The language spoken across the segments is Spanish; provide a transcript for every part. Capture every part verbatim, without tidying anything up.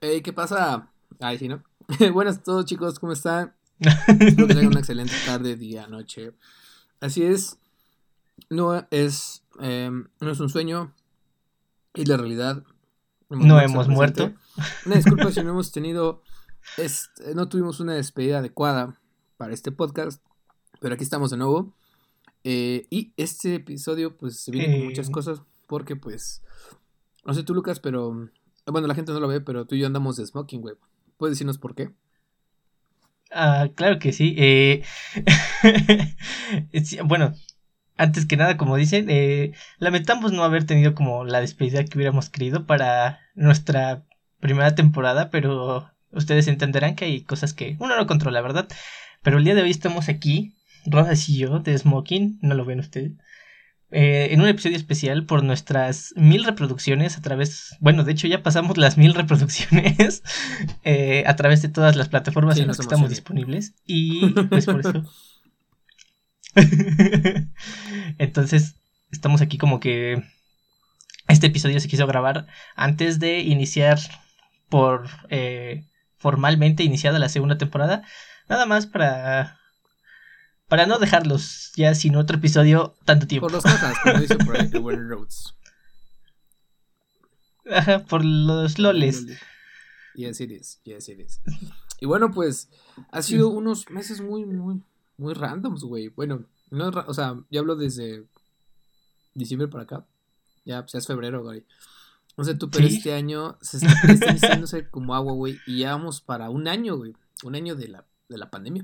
Hey, ¿qué pasa? Ay, sí, ¿no? Buenas a todos, chicos, ¿cómo están? Espero que tengan una excelente tarde, día, noche. Así es, no es, eh, no es un sueño, y la realidad. Hemos No muerto al hemos muerto. presente. Una disculpa si no hemos tenido, este, no tuvimos una despedida adecuada para este podcast, pero aquí estamos de nuevo. Eh, y este episodio, pues, se viene con muchas Eh, cosas, porque, pues, no sé tú, Lucas, pero, bueno, la gente no lo ve, pero tú y yo andamos de smoking, güey. ¿Puedes decirnos por qué? ah, claro que sí. Eh, sí, bueno, antes que nada, como dicen, eh, lamentamos no haber tenido como la despedida que hubiéramos querido para nuestra primera temporada, pero ustedes entenderán que hay cosas que uno no controla, ¿verdad? Pero el día de hoy estamos aquí, Rosas y yo, de Smoking, no lo ven ustedes. Eh, en un episodio especial por nuestras mil reproducciones a través, bueno, de hecho ya pasamos las mil reproducciones eh, a través de todas las plataformas Sí, en nos las que estamos emocioné. disponibles y pues por eso. Entonces, estamos aquí como que este episodio se quiso grabar antes de iniciar por eh, formalmente iniciada la segunda temporada, nada más para para no por, dejarlos ya sin otro episodio tanto por tiempo. los jajas, como dice por ahí el buen Rhodes. Ajá, por los Por el loles. Loli. Yes, it is. Yes, it is. Y bueno, pues ha sido unos meses muy, muy, muy randoms, güey. Bueno, no, es ra- o sea, ya hablo desde diciembre para acá. Ya, pues ya es febrero, güey. No sé tú, pero Sí, este año se está, está iniciándose como agua, güey. Y ya vamos para un año, güey. Un año de la, de la pandemia.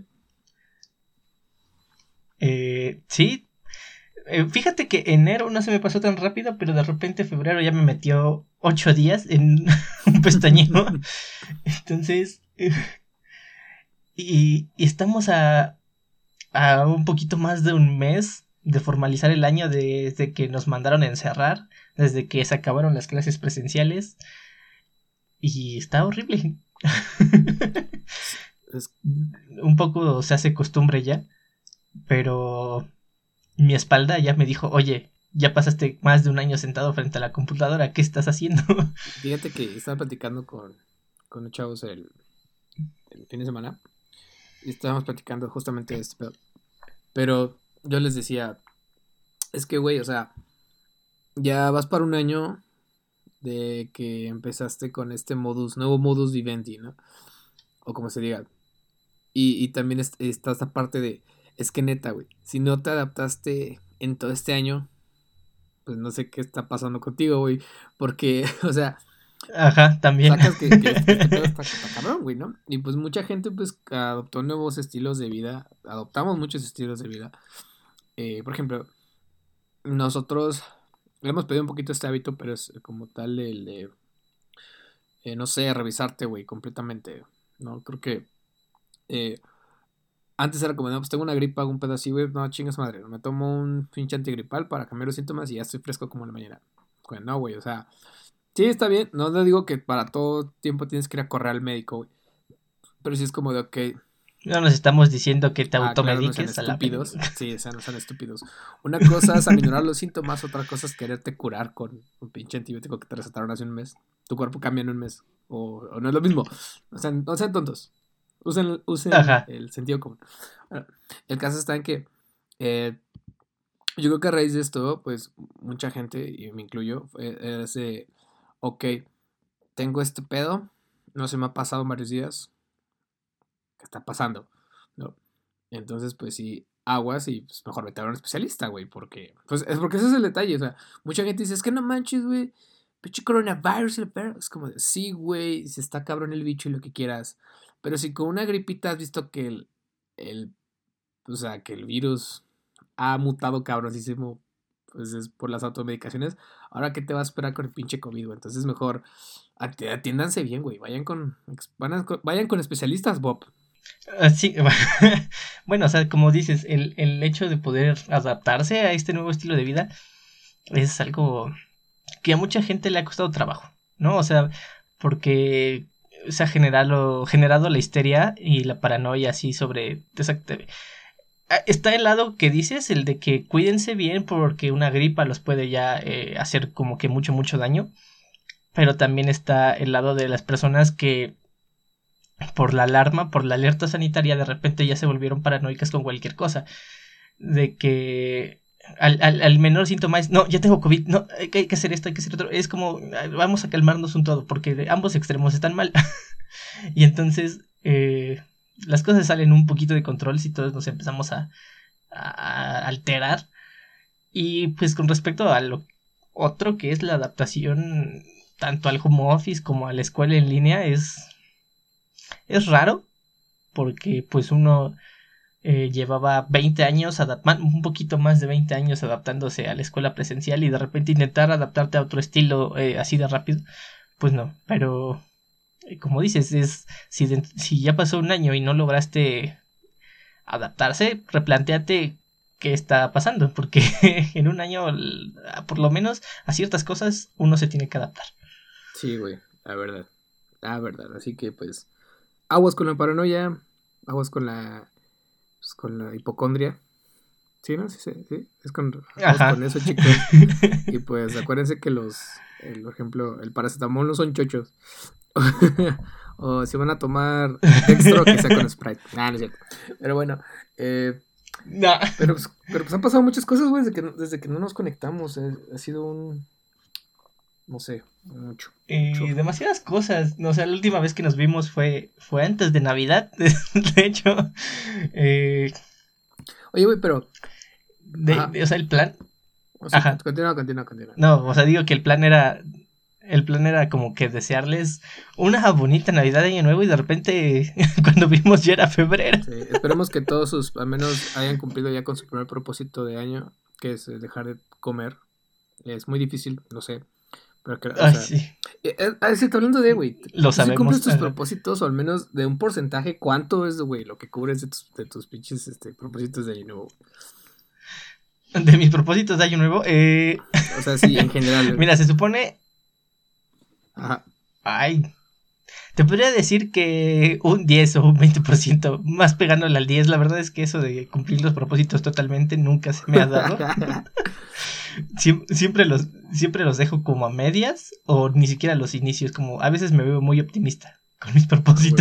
eh, sí. Eh, fíjate que enero no se me pasó tan rápido, pero de repente febrero ya me metió ocho días en un pestañeo. Entonces, eh, y, y estamos a, a un poquito más de un mes de formalizar el año desde que nos mandaron a encerrar, desde que se acabaron las clases presenciales. Y está horrible. Es- es- Un poco se hace costumbre ya, pero mi espalda ya me dijo, oye, ya pasaste más de un año sentado frente a la computadora, ¿qué estás haciendo? Fíjate que estaba platicando con, con los chavos el, el fin de semana. Y estábamos platicando justamente de esto. Pero yo les decía, es que, güey, o sea, ya vas para un año de que empezaste con este modus, nuevo modus vivendi, ¿no? O como se diga. Y, y también es- está esta parte de, es que neta, güey, si no te adaptaste en todo este año, pues no sé qué está pasando contigo, güey. Porque, o sea, Ajá, también. sacas que, que, que este pedo está, está cabrón, güey, ¿no? Y pues mucha gente, pues, adoptó nuevos estilos de vida. Adoptamos muchos estilos de vida. Eh, por ejemplo, nosotros le hemos pedido un poquito este hábito, pero es como tal el de, eh, no sé, revisarte, güey, completamente, ¿no? Creo que eh, antes era como, no, pues tengo una gripa, hago un pedo así, güey, no, chingas madre, me tomo un pinche antigripal para cambiar los síntomas y ya estoy fresco como en la mañana. Bueno, no, güey, o sea, sí está bien, no te digo que para todo tiempo tienes que ir a correr al médico, güey, pero sí es como de, ok, No nos estamos diciendo que te ah, claro, no sean automediques a la pena. estúpidos, sí, o sea, no sean estúpidos. Una cosa es aminorar los síntomas, otra cosa es quererte curar con un pinche antibiótico que te recetaron hace un mes. Tu cuerpo cambia en un mes, o, o no es lo mismo, o sea, no sean tontos. Usen, usen Ajá. el sentido común. Bueno, el caso está en que eh, yo creo que a raíz de esto, pues mucha gente, y me incluyo, fue ese, ok, tengo este pedo, no se me ha pasado en varios días, ¿qué está pasando? ¿No? Entonces, pues sí, aguas y pues mejor vete a ver a un especialista, güey, porque, pues es porque ese es el detalle, o sea, mucha gente dice, es que no manches, güey, pinche coronavirus, y el perro, es como de, sí, güey, si está cabrón el bicho y lo que quieras, pero si con una gripita has visto que el, el o sea, que el virus ha mutado cabronísimo, pues es por las automedicaciones. Ahora, ¿qué te va a esperar con el pinche COVID, güey? Entonces, mejor ati- atiéndanse bien, güey. Vayan con, ex- van a- vayan con especialistas, Bob. Ah, sí, bueno, o sea, como dices, el, el hecho de poder adaptarse a este nuevo estilo de vida es algo que a mucha gente le ha costado trabajo, ¿no? O sea, porque se ha generado, generado la histeria y la paranoia así sobre... exact- ah, está el lado que dices, el de que cuídense bien porque una gripa los puede ya eh, hacer como que mucho, mucho daño. pero también está el lado de las personas que por la alarma, por la alerta sanitaria, de repente ya se volvieron paranoicas con cualquier cosa. De que al, al, al menor síntoma es, no, ya tengo COVID, no, hay que, hay que hacer esto, hay que hacer otro. Es como, vamos a calmarnos un todo, porque de ambos extremos están mal. Y entonces eh, las cosas salen un poquito de control si todos nos empezamos a, a alterar. Y pues con respecto a lo otro que es la adaptación tanto al home office como a la escuela en línea, es, es raro, porque pues uno eh, llevaba veinte años, adap- un poquito más de veinte años adaptándose a la escuela presencial, y de repente intentar adaptarte a otro estilo eh, así de rápido, pues no. Pero eh, como dices, es si, de, si ya pasó un año y no lograste adaptarse, replantéate qué está pasando, porque en un año, por lo menos, a ciertas cosas uno se tiene que adaptar. Sí, güey, la verdad, la verdad, así que pues, aguas con la paranoia, aguas con la, pues, con la hipocondria, sí, ¿no? Sí, sí, sí, es con, aguas con eso, chicos, y pues acuérdense que los, el, por ejemplo, el paracetamol no son chochos, o si van a tomar Dextro, que sea con Sprite, nah, no es cierto, pero bueno, eh... No. Pero, pues, pero pues han pasado muchas cosas, güey, desde que, desde que no nos conectamos. Eh, ha sido un... No sé, mucho. Eh, mucho. Demasiadas cosas. O sea, la última vez que nos vimos fue, fue antes de Navidad. De hecho. Eh, Oye, güey, pero... De, de, o sea, el plan... O sea, Ajá. Continúa, continúa, continúa. No, o sea, digo que el plan era... El plan era como que desearles una bonita Navidad de Año Nuevo, y de repente cuando vimos ya era febrero. Sí, esperemos que todos sus, al menos hayan cumplido ya con su primer propósito de año, que es dejar de comer. Es muy difícil, no sé. Pero que, o Ay, sea, sí. Eh, eh, hablando de, güey. Lo sabemos. Si cumples tus Ajá. propósitos, o al menos de un porcentaje, ¿cuánto es, güey, lo que cubres de tus, de tus pinches este, propósitos de Año Nuevo? De mis propósitos de Año Nuevo, eh... O sea, sí, en general. Güey. Mira, se supone... Ajá. Ay, te podría decir que un diez o un veinte por ciento, más pegándole al diez. La verdad es que eso de cumplir los propósitos totalmente nunca se me ha dado. Sie- siempre, los, siempre los dejo como a medias, o ni siquiera a los inicios. Como a veces me veo muy optimista con mis propósitos.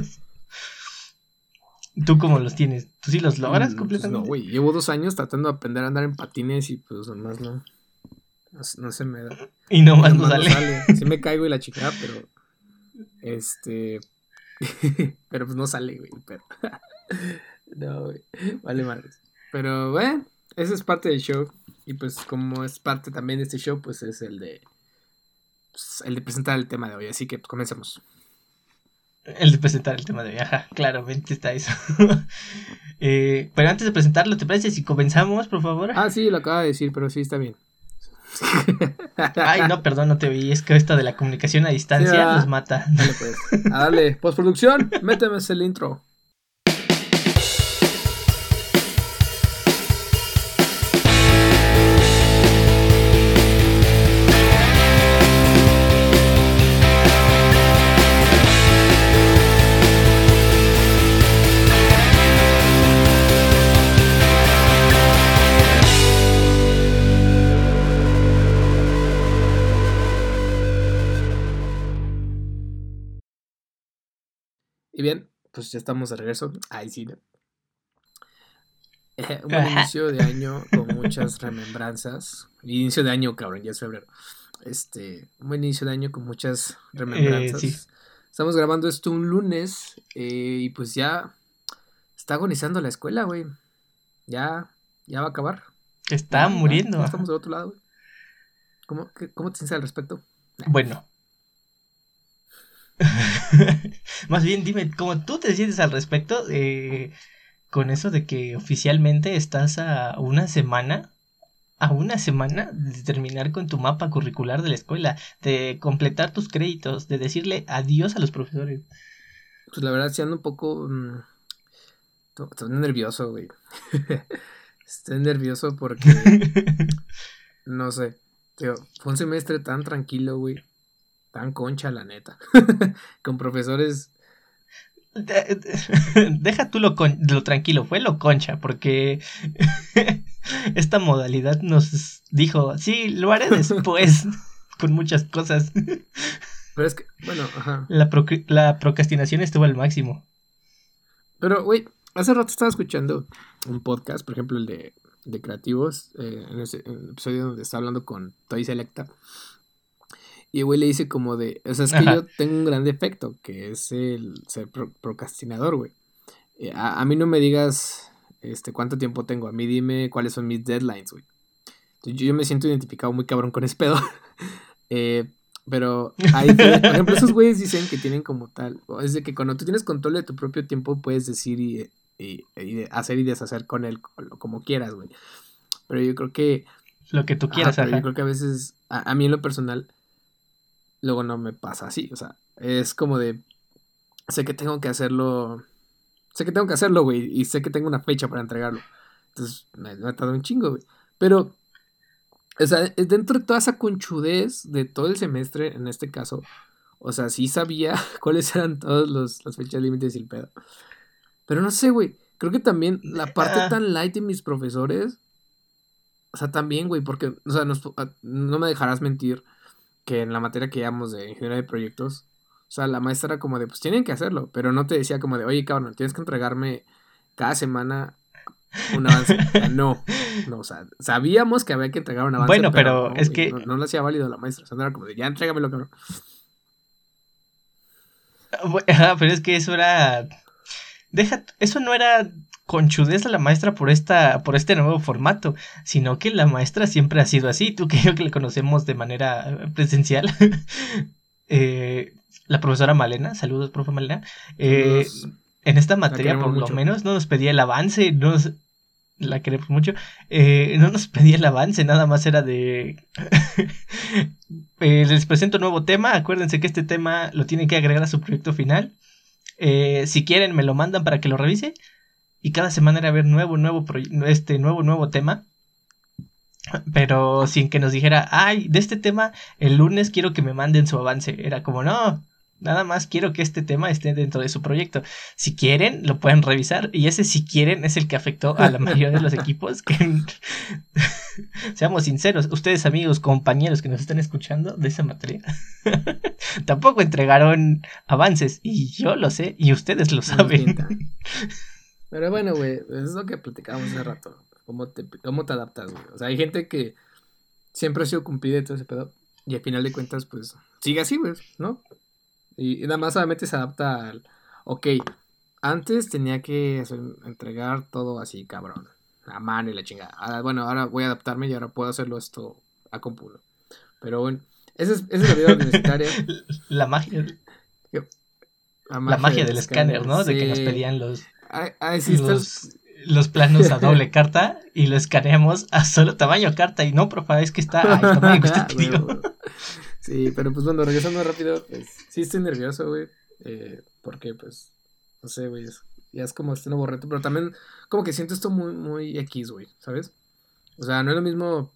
¿Tú cómo los tienes? ¿Tú sí los logras mm, completamente? Pues no, güey, llevo dos años tratando de aprender a andar en patines y pues nomás no... No, no se me da. Y nomás no, no sale. sale. Sí me caigo y la chica, pero. Este. Pero pues no sale, güey. Pero... no, güey. Vale madres. Pero, bueno, esa es parte del show. Y pues, como es parte también de este show, pues es el de. Pues, el de presentar el tema de hoy. Así que pues, comencemos. El de presentar el tema de hoy. Ajá, claramente está eso. eh, pero antes de presentarlo, ¿te parece si comenzamos, por favor? Ah, sí, lo acaba de decir, pero sí está bien. Ay, no, perdón, no te vi. Es que esta de la comunicación a distancia sí, nos mata. Dale, pues. A darle. Postproducción, méteme el intro. Y bien, pues ya estamos de regreso. Ay, sí, ¿no? Eh, un buen inicio de año con muchas remembranzas. Inicio de año, cabrón, ya es febrero. Este, un buen inicio de año con muchas remembranzas. Eh, sí. Estamos grabando esto un lunes eh, y pues ya está agonizando la escuela, güey. Ya, ya va a acabar. Está ya, muriendo. Ya, ya estamos del otro lado, güey. ¿Cómo, qué, ¿Cómo te sientes al respecto? Bueno. Más bien dime cómo tú te sientes al respecto eh, con eso de que oficialmente estás a una semana a una semana de terminar con tu mapa curricular de la escuela, de completar tus créditos, de decirle adiós a los profesores. Pues la verdad sí ando un poco mmm, estoy nervioso, güey. Estoy nervioso porque no sé, tío, fue un semestre tan tranquilo, güey. Tan concha, la neta. Con profesores. Deja tú lo, con... lo tranquilo, fue lo concha, porque esta modalidad nos dijo, sí, lo haré después. con muchas cosas. Pero es que, bueno, ajá. La, pro- la procrastinación estuvo al máximo. Pero, güey, hace rato estaba escuchando un podcast, por ejemplo, el de, de creativos, eh, en, ese, en el episodio donde está hablando con Toy Selecta. Y el güey le dice como de, o sea, es que Ajá. yo tengo un gran defecto, que es el ser pro- procrastinador, güey. Eh, a, a mí no me digas este cuánto tiempo tengo, a mí dime cuáles son mis deadlines, güey. Entonces, yo, yo me siento identificado muy cabrón con ese pedo. eh, pero ahí, por ejemplo, esos güeyes dicen que tienen como tal, es de que cuando tú tienes control de tu propio tiempo, puedes decir y, y, y hacer y deshacer con él como quieras, güey. Pero yo creo que, Lo que tú ajá, quieras, pero yo ajá. creo que a veces, a, a mí en lo personal, luego no me pasa así, o sea, es como de, sé que tengo que hacerlo, sé que tengo que hacerlo, güey, y sé que tengo una fecha para entregarlo. Entonces, me, me ha tardado un chingo, güey. Pero, o sea, dentro de toda esa conchudez de todo el semestre, en este caso, o sea, sí sabía cuáles eran todas las fechas límites y el pedo. Pero no sé, güey, creo que también la parte Ah, tan light de mis profesores, o sea, también, güey, porque, o sea, nos- no me dejarás mentir que en la materia que llevamos de ingeniería de proyectos, o sea, la maestra era como de, pues tienen que hacerlo, pero no te decía como de, oye, cabrón, tienes que entregarme cada semana un avance. O sea, no, no, o sea, sabíamos que había que entregar un avance, bueno, pero pero no, es güey, que, no, no lo hacía válido la maestra, o sea, no era como de, ya entrégamelo, cabrón. ajá, pero es que eso era, deja, eso no era conchudez de la maestra por esta, por este nuevo formato, sino que la maestra siempre ha sido así. Tú que yo que la conocemos de manera presencial, eh, la profesora Malena, saludos, profe Malena, eh, Saludos, en esta la materia queremos por lo mucho. menos no nos pedía el avance, no nos, la queremos mucho, eh, no nos pedía el avance, nada más era de... eh, les presento un nuevo tema, acuérdense que este tema lo tienen que agregar a su proyecto final. Eh, si quieren me lo mandan para que lo revise. Y cada semana era ver nuevo, nuevo, este, nuevo, nuevo tema. Pero sin que nos dijera, ay, de este tema el lunes quiero que me manden su avance. Era como, no, nada más quiero que este tema esté dentro de su proyecto. Si quieren, lo pueden revisar. Y ese si quieren es el que afectó a la mayoría de los equipos. Que seamos sinceros, ustedes amigos, compañeros que nos están escuchando de esa materia, tampoco entregaron avances. Y yo lo sé, y ustedes lo No nos saben. mientan. Pero bueno, güey, es lo que platicábamos hace rato. ¿Cómo te, cómo te adaptas, güey? O sea, hay gente que siempre ha sido cumplida y todo ese pedo. Y al final de cuentas, pues, sigue así, güey, ¿no? Y, y nada más solamente se adapta al... Ok, antes tenía que hacer- entregar todo así, cabrón. A mano y la chingada. Ahora, bueno, ahora voy a adaptarme y ahora puedo hacerlo esto a compulo. Pero bueno, esa es, esa es la vida universitaria. La magia, Que- La la magia magia del del escáner, escáner. ¿no? De que nos Sí. pedían los, Ah, ah, sí, estás... los, los planos a doble carta y lo escaneamos a solo tamaño carta. Y no, profa, es que está al tamaño que usted Güey, pidió. güey. Sí, pero pues bueno, regresando rápido, pues sí estoy nervioso, güey. Eh, porque pues, no sé, güey, es- ya es como este nuevo reto, pero también como que siento esto muy, muy X, güey, ¿sabes? O sea, no es lo mismo,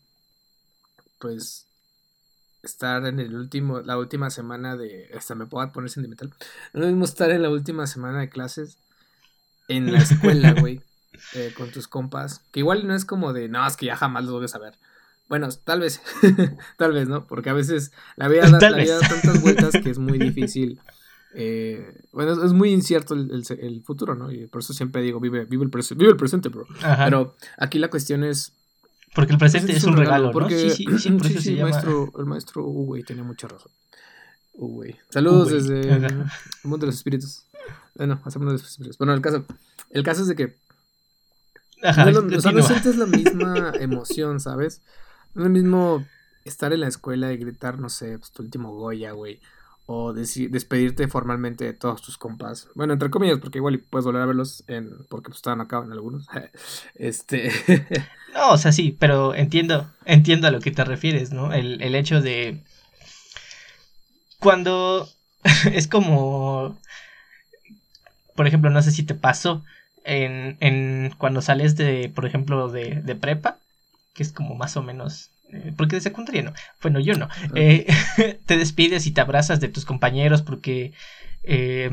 pues, estar en el último, la última semana de, hasta me puedo poner sentimental, no es lo mismo estar en la última semana de clases en la escuela, güey, eh, con tus compas, que igual no es como de, no, es que ya jamás los voy a saber. Bueno, tal vez, tal vez, ¿no? Porque a veces la vida da, Tal la vida vez. da tantas vueltas que es muy difícil. Eh, bueno, es, es muy incierto el, el, el futuro, ¿no? Y por eso siempre digo, vive, vive, el, prese- vive el presente, bro. Ajá. Pero aquí la cuestión es, Porque el el presente presente es es un un regalo, regalo, ¿no? Sí, porque sí, sí, por sí, eso sí, se el llama maestro, el maestro Uwey tenía mucha razón. Uwey. Saludos Uwey. desde el mundo de los espíritus. Bueno, hacemos de los espíritus. Bueno, el caso, el caso es de que no Ajá, es lo, o sea, no continúa. sientes la misma emoción, ¿sabes? No es lo mismo estar en la escuela y gritar, no sé, pues tu último Goya, güey. O deci- despedirte formalmente de todos tus compas. Bueno, entre comillas, porque igual y puedes volver a verlos en, porque pues estaban acá en algunos. Este. No, o sea, sí, pero entiendo, entiendo a lo que te refieres, ¿no? El, el hecho de cuando es como, por ejemplo, no sé si te pasó en, en cuando sales de, por ejemplo, de, de prepa, que es como más o menos, eh, porque de secundaria no, bueno, yo no, Ajá. eh, te despides y te abrazas de tus compañeros porque eh,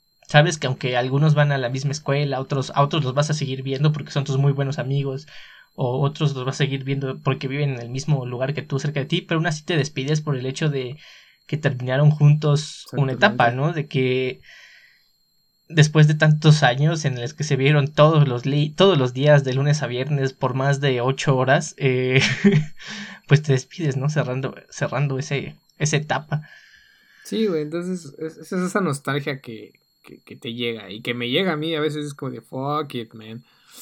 sabes que aunque algunos van a la misma escuela, otros, a otros los vas a seguir viendo porque son tus muy buenos amigos, o otros los vas a seguir viendo porque viven en el mismo lugar que tú, cerca de ti, pero aún así te despides por el hecho de que terminaron juntos una etapa, ¿no? De que después de tantos años en los que se vieron todos los, li- todos los días de lunes a viernes por más de ocho horas, eh, pues te despides, ¿no? Cerrando, cerrando ese, esa etapa. Sí, güey, entonces es, es esa nostalgia que, que, que te llega y que me llega a mí a veces es como de fuck it, man.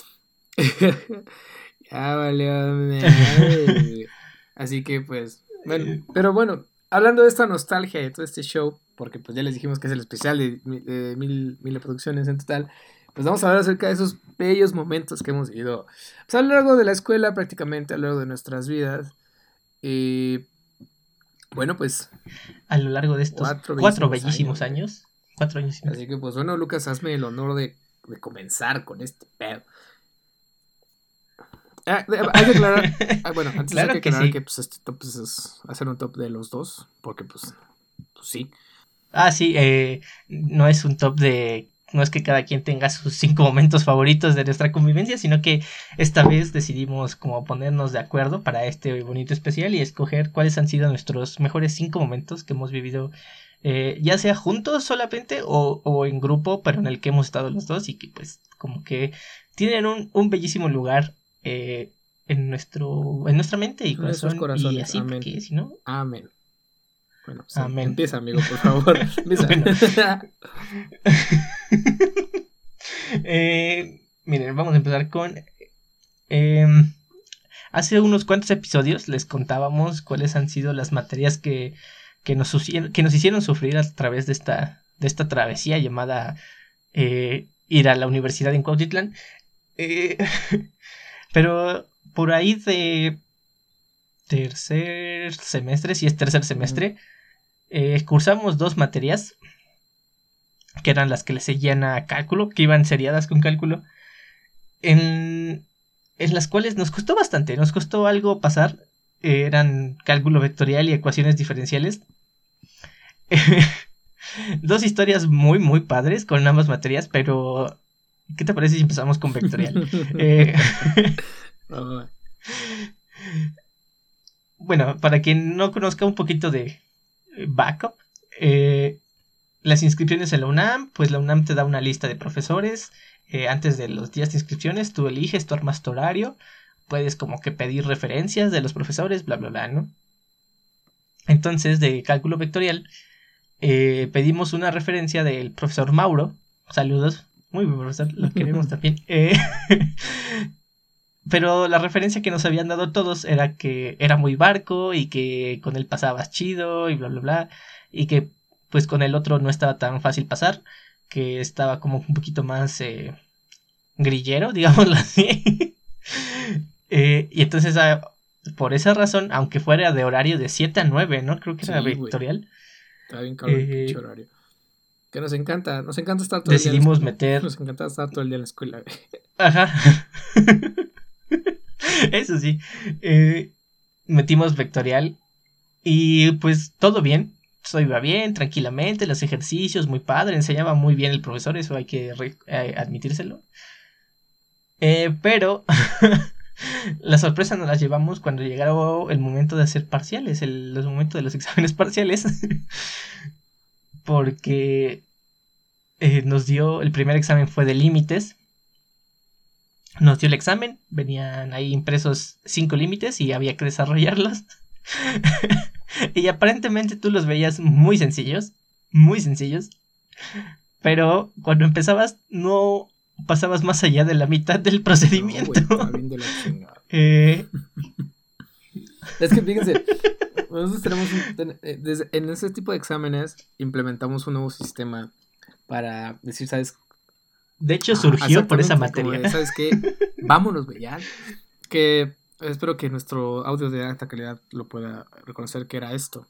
Ya valió madre. Así que pues, bueno, pero bueno, hablando de esta nostalgia y de todo este show, porque pues ya les dijimos que es el especial de, de mil, mil producciones en total, pues vamos a hablar acerca de esos bellos momentos que hemos vivido pues, a lo largo de la escuela, prácticamente a lo largo de nuestras vidas. Y bueno, pues a lo largo de estos cuatro cuatro bellísimos, bellísimos años. años. Cuatro años y medio. Así que pues bueno, Lucas, hazme el honor de, de comenzar con este pedo. Ah, hay que aclarar, ah, bueno, antes Claro hay que que aclarar sí. que pues este top pues, es hacer un top de los dos, porque pues, pues sí. Ah, sí, eh, no es un top de... No es que cada quien tenga sus cinco momentos favoritos de nuestra convivencia, sino que esta vez decidimos como ponernos de acuerdo para este bonito especial y escoger cuáles han sido nuestros mejores cinco momentos que hemos vivido, eh, ya sea juntos solamente o, o en grupo, pero en el que hemos estado los dos y que pues como que tienen un, un bellísimo lugar eh, en nuestro en nuestra mente y En nuestros corazón y corazones, así, amén. porque si no... Amén. Bueno, pues em- Amén. empieza, amigo, por favor. Empieza. Bueno. eh, miren, vamos a empezar con... Eh, hace unos cuantos episodios les contábamos cuáles han sido las materias que, que, nos, que nos hicieron sufrir a través de esta, de esta travesía llamada eh, ir a la universidad en Cuautitlán. Eh, pero por ahí de tercer semestre, si es tercer semestre, eh, cursamos dos materias que eran las que le seguían a cálculo, que iban seriadas con cálculo, en, en las cuales nos costó bastante, nos costó algo pasar, eh, eran cálculo vectorial y ecuaciones diferenciales. Dos historias muy, muy padres con ambas materias, pero ¿qué te parece si empezamos con vectorial? eh, Oh, bueno, para quien no conozca un poquito de backup, eh, las inscripciones en la UNAM, pues la UNAM te da una lista de profesores. Eh, antes de los días de inscripciones, tú eliges, tú armas tu horario. Puedes como que pedir referencias de los profesores, bla, bla, bla, ¿no? Entonces, de cálculo vectorial, eh, pedimos una referencia del profesor Mauro. Saludos, muy buen profesor, lo queremos también. Eh, pero la referencia que nos habían dado todos era que era muy barco y que con él pasabas chido y bla, bla, bla. Y que pues con el otro no estaba tan fácil pasar, que estaba como un poquito más eh, grillero, digámoslo así. eh, y entonces, ah, por esa razón, aunque fuera de horario de siete a nueve, ¿no? Creo que era sí, güey. vectorial. Está bien cabrón el pinche Eh, horario. Que nos encanta, nos encanta estar todo el día en la decidimos escuela. meter... Nos encanta estar todo el día en la escuela, güey. Ajá. Eso sí. Eh, metimos vectorial y pues todo bien. Todo iba bien, tranquilamente, los ejercicios, muy padre, enseñaba muy bien el profesor, eso hay que re- eh, admitírselo. Eh, pero la sorpresa nos la llevamos cuando llegaron el momento de hacer parciales, el, los momentos de los exámenes parciales. Porque eh, nos dio, el primer examen fue de límites. Nos dio el examen, venían ahí impresos cinco límites y había que desarrollarlos. Y aparentemente tú los veías muy sencillos, muy sencillos. Pero cuando empezabas no pasabas más allá de la mitad del procedimiento. No, güey, está bien de la chingada. eh... Es que fíjense, nosotros tenemos un, ten, eh, desde, en ese tipo de exámenes implementamos un nuevo sistema para decir, ¿sabes? De hecho surgió ah, por esa materia. De, ¿sabes qué? Vámonos, güey, ya. Que espero que nuestro audio de alta calidad lo pueda reconocer que era esto.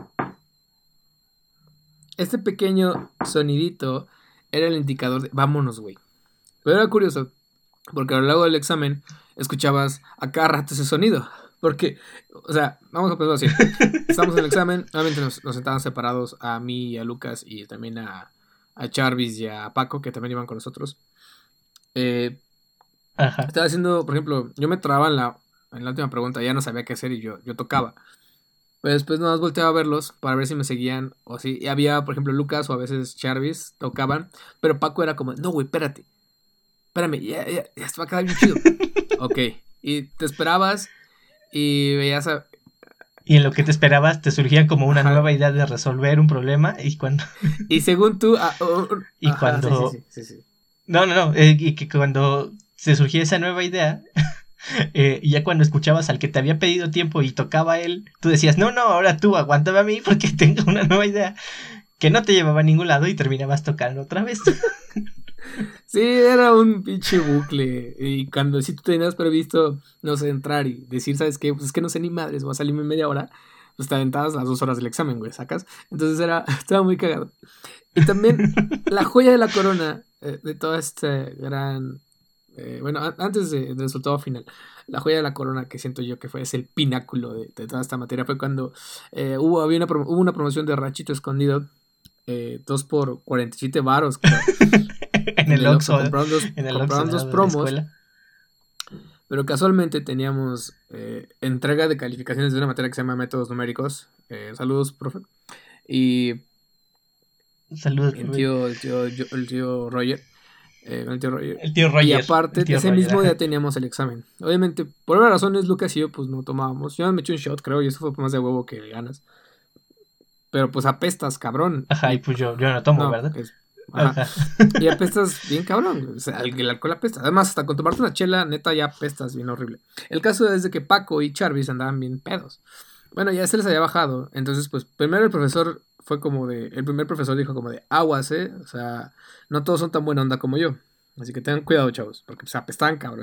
Este pequeño sonidito era el indicador de vámonos, güey. Pero era curioso, porque a lo largo del examen escuchabas a cada rato ese sonido. Porque, o sea, vamos a ponerlo así. Estamos en el examen, obviamente nos, nos sentaban separados a mí y a Lucas y también a, a Jarvis y a Paco, que también iban con nosotros. Eh, Ajá. Estaba haciendo, por ejemplo, yo me trababa en la, en la última pregunta, ya no sabía qué hacer y yo, yo tocaba. Pero después nada más volteaba a verlos para ver si me seguían o si y había, por ejemplo, Lucas o a veces Jarvis tocaban, pero Paco era como, no, güey, espérate, espérame, ya, ya, ya se va a quedar bien chido. Ok, y te esperabas y veías a... Y en lo que te esperabas te surgía como una Ajá. nueva idea de resolver un problema y cuando... Y según tú... ah, oh, oh, y ajá, cuando... sí, sí, sí, sí, sí. No, no, no, eh, y que cuando se surgía esa nueva idea, eh, y ya cuando escuchabas al que te había pedido tiempo y tocaba él, tú decías, no, no, ahora tú aguántame a mí porque tengo una nueva idea que no te llevaba a ningún lado y terminabas tocando otra vez. Sí, era un pinche bucle. Y cuando si tú tenías previsto, no sé, entrar y decir, ¿sabes qué? Pues es que no sé ni madres, voy a salirme en media hora. Pues te aventabas las dos horas del examen, güey, ¿sacas? Entonces era, estaba muy cagado. Y también la joya de la corona eh, de toda este gran... eh, bueno, a- antes de- del resultado final, la joya de la corona que siento yo que fue es el pináculo de, de toda esta materia fue cuando eh, hubo, había una, promo- hubo una promoción de Ranchito Escondido, eh, dos por cuarenta y siete varos, creo. en En el el Oxxo Oxxo, compraron dos, en el Oxxo compraron de dos la, de la promos, escuela. pero casualmente teníamos eh, entrega de calificaciones de una materia que se llama métodos numéricos. Eh, saludos, profe. Y Saludos, el profe. tío, el tío, yo- el tío Roger. eh, el tío Roger. El tío Y Roger. aparte, El tío ese Roger, mismo ajá. día teníamos el examen. Obviamente, por varias razones, Lucas y yo, pues no tomábamos. Yo me eché un shot, creo, y eso fue más de huevo que de ganas. Pero pues apestas, cabrón. Ajá, y Y pues yo, yo no tomo, no, ¿verdad? es. Ajá. Ajá. Y apestas bien cabrón. O sea, el, el alcohol apesta. Además, hasta con tomarte una chela, neta, ya apestas bien horrible. El caso es de que Paco y Jarvis andaban bien pedos. Bueno, ya se les había bajado. Entonces, pues, primero el profesor fue como de. El primer profesor dijo como de aguas, eh. O sea, no todos son tan buena onda como yo. Así que tengan cuidado, chavos. Porque pues apestaban cabrón.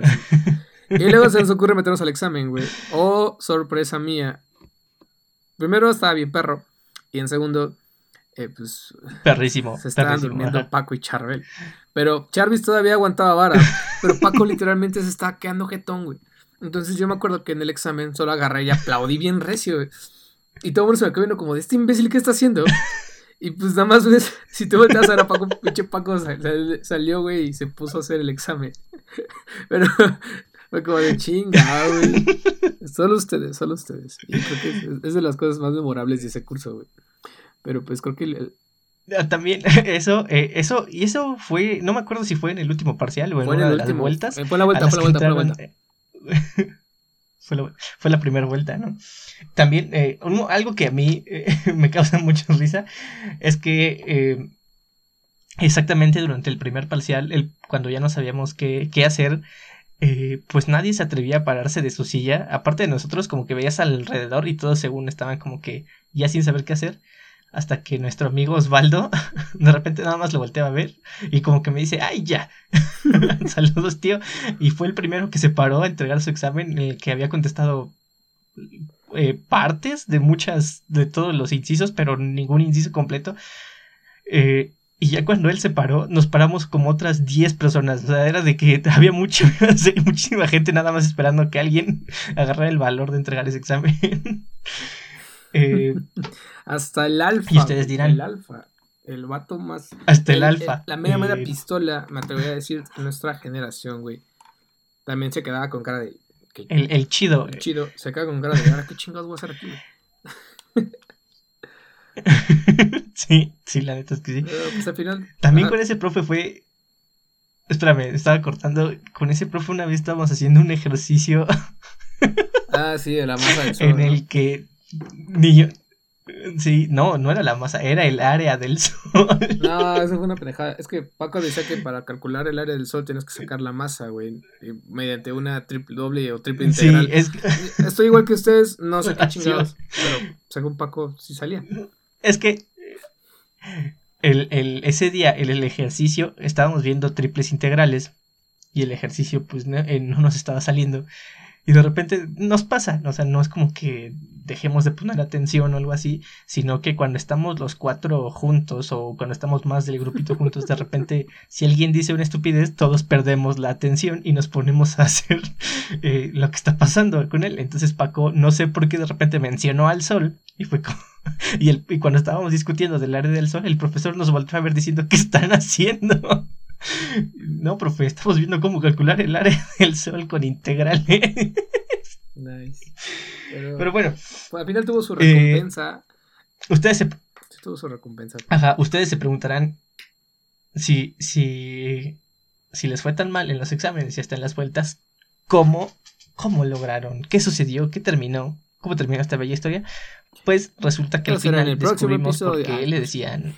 Y luego se nos ocurre meternos al examen, güey. Oh, sorpresa mía. Primero estaba bien perro. Y en segundo, eh, pues Perrísimo, se estaban perrísimo. durmiendo Ajá. Paco y Charbel. Pero Jarvis todavía aguantaba vara. Pero Paco literalmente se estaba quedando jetón, güey. Entonces yo me acuerdo que en el examen solo agarré y aplaudí bien recio, güey. Y todo el mundo se me quedó viendo como de este imbécil, ¿qué está haciendo? Y pues nada más ves, si tú volteas a ver a Paco, pinche Paco sal- sal- salió, güey, y se puso a hacer el examen. Pero fue como de chinga, güey. Solo ustedes, solo ustedes. Y creo que es, es de las cosas más memorables de ese curso, güey. Pero pues creo que el- Ah, también, eso, eh, eso, y eso fue, no me acuerdo si fue en el último parcial o en fue en una el de las último. vueltas eh, Fue la a vuelta, las fue la que vuelta, fue la entraron. vuelta. eh, fue, la, fue la primera vuelta, ¿no? También, eh, un- algo que a mí eh, me causa mucha risa es que eh, exactamente durante el primer parcial, el, cuando ya no sabíamos qué, qué hacer, eh, pues nadie se atrevía a pararse de su silla. Aparte de nosotros, como que veías alrededor y todos según estaban como que ya sin saber qué hacer. Hasta que nuestro amigo Osvaldo de repente nada más lo volteaba a ver y como que me dice, ¡ay, ya! Saludos, tío. Y fue el primero que se paró a entregar su examen, eh, que había contestado eh, partes de muchas, de todos los incisos, pero ningún inciso completo. Eh, y ya cuando él se paró, nos paramos como otras diez personas. O sea, era de que había mucho, muchísima gente nada más esperando que alguien agarrara el valor de entregar ese examen. eh, Hasta el alfa. y ustedes güey, dirán, el alfa. El vato más. hasta el, El, el- alfa. la media media eh, pistola, me atrevería a decir, de nuestra generación, güey. También se quedaba con cara de. Que, el, el chido. el chido. Se queda con cara de. Ahora, ¿qué chingados voy a hacer aquí, güey? sí, sí, la neta es que sí. Pero pues al final. También Ajá. con ese profe fue. Espérame, estaba cortando. Con ese profe una vez estábamos haciendo un ejercicio Ah, sí, de la masa del sol. en ¿no? el que ni yo. Sí, no, no era la masa, era el área del sol. No, eso fue una pendejada. Es que Paco decía que para calcular el área del sol tienes que sacar la masa, güey. y Mediante una triple doble o triple Sí, integral. es que, Estoy igual que ustedes, no sé qué Así chingados. Pero según Paco, sí salía. es que el, el, ese día, en el ejercicio, estábamos viendo triples integrales y el ejercicio, pues, no, eh, no nos estaba saliendo. Y de repente nos pasa, o sea, no es como que dejemos de poner atención o algo así, sino que cuando estamos los cuatro juntos o cuando estamos más del grupito juntos, de repente, si alguien dice una estupidez, todos perdemos la atención y nos ponemos a hacer eh, lo que está pasando con él. Entonces Paco, no sé por qué de repente mencionó al sol y fue como... Y, el, y cuando estábamos discutiendo del área del sol, el profesor nos volvió a ver diciendo, ¿qué están haciendo? No, profe, estamos viendo cómo calcular el área del Sol con integrales. Nice. Pero, Pero bueno. Pues, al final tuvo su recompensa. Eh, ustedes se... Sí, tuvo su recompensa. Ajá, ustedes se preguntarán si, si, si les fue tan mal en los exámenes y hasta en las vueltas, ¿cómo, cómo lograron? ¿Qué sucedió? ¿Qué terminó? ¿Cómo terminó esta bella historia? Pues resulta que al final el descubrimos por qué Ay, le decían...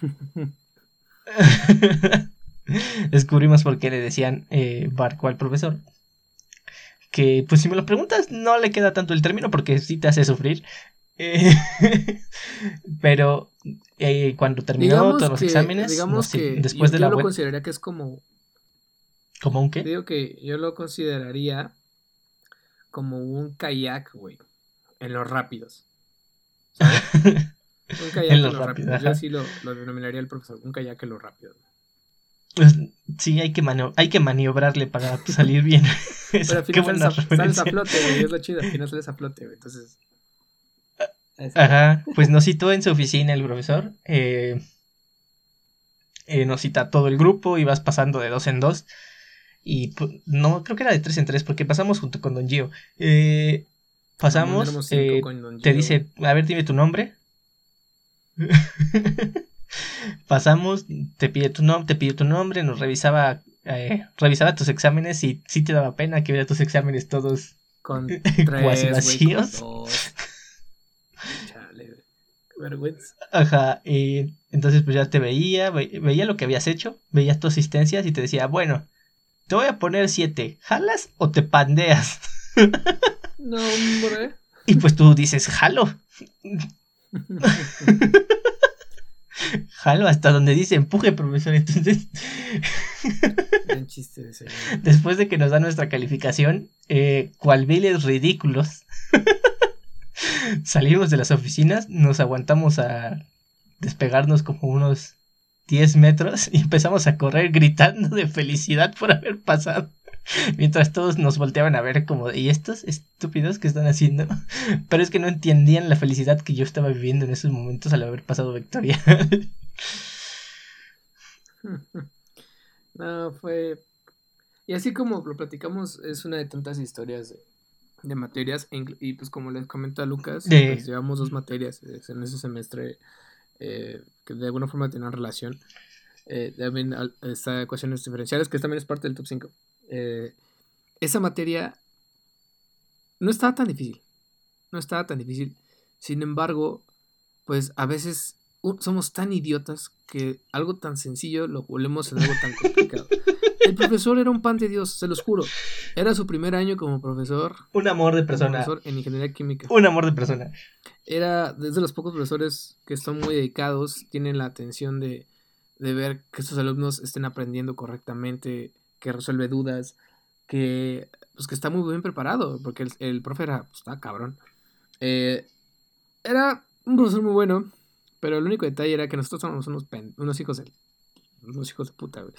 descubrimos por qué le decían eh, barco al profesor. Que pues si me lo preguntas no le queda tanto el término porque sí te hace sufrir. Eh, pero eh, cuando terminó digamos todos los que, exámenes, digamos no sé, que después yo, de yo la lo web, consideraría que es como... ¿Cómo un qué? Digo que yo lo consideraría como un kayak, güey, en los rápidos. ¿Sabes? Un kayak en, en los rápidos. rápidos. Yo así lo, lo denominaría el profesor, un kayak en los rápidos. Pues, sí, hay que, mani- hay que maniobrarle para salir bien. Pero al final sales a, sales a flote, güey, es lo chido, al final sales a flote, güey, entonces... Ajá, pues nos citó en su oficina el profesor, eh, eh, nos cita todo el grupo y vas pasando de dos en dos. Y pues, no, creo que era de tres en tres porque pasamos junto con Don Gio. Eh, pasamos, eh, con Don Gio, te dice, a ver, dime tu nombre. Pasamos, te pide tu nombre, te pide tu nombre, nos revisaba, eh, revisaba tus exámenes y sí te daba pena que viera tus exámenes todos con tres, cuasi vacíos. Wey, con dos. Chale, qué vergüenza. Ajá, y entonces pues ya te veía, ve, veía lo que habías hecho, veía tus asistencias y te decía, bueno, te voy a poner siete, ¿jalas o te pandeas? No, hombre. Y pues tú dices, jalo. Jalo hasta donde dice empuje, profesor. Entonces, buen chiste de señor. Después de que nos da nuestra calificación, eh, cual viles ridículos, salimos de las oficinas, nos aguantamos a despegarnos como unos diez metros y empezamos a correr gritando de felicidad por haber pasado. Mientras todos nos volteaban a ver como, ¿y estos estúpidos que están haciendo? Pero es que no entendían la felicidad que yo estaba viviendo en esos momentos al haber pasado victoria. No, fue... Y así como lo platicamos, es una de tantas historias de, de materias. Y pues como les comenta Lucas, de... pues llevamos dos materias en ese semestre eh, que de alguna forma tenían relación. Eh, también está ecuaciones diferenciales, que también es parte del top cinco. Eh, esa materia no estaba tan difícil. No estaba tan difícil. Sin embargo, pues a veces uh, somos tan idiotas que algo tan sencillo lo volvemos en algo tan complicado. El profesor era un pan de Dios, se los juro. Era su primer año como profesor. Un amor de persona. Profesor en ingeniería química. Un amor de persona. Era desde los pocos profesores que son muy dedicados, tienen la atención de, de ver que sus alumnos estén aprendiendo correctamente, que resuelve dudas, que, pues, que está muy bien preparado, porque el, el profe era, pues, está cabrón. Eh, era un profesor muy bueno, pero el único detalle era que nosotros somos unos, pen, unos hijos de unos hijos de puta, güey.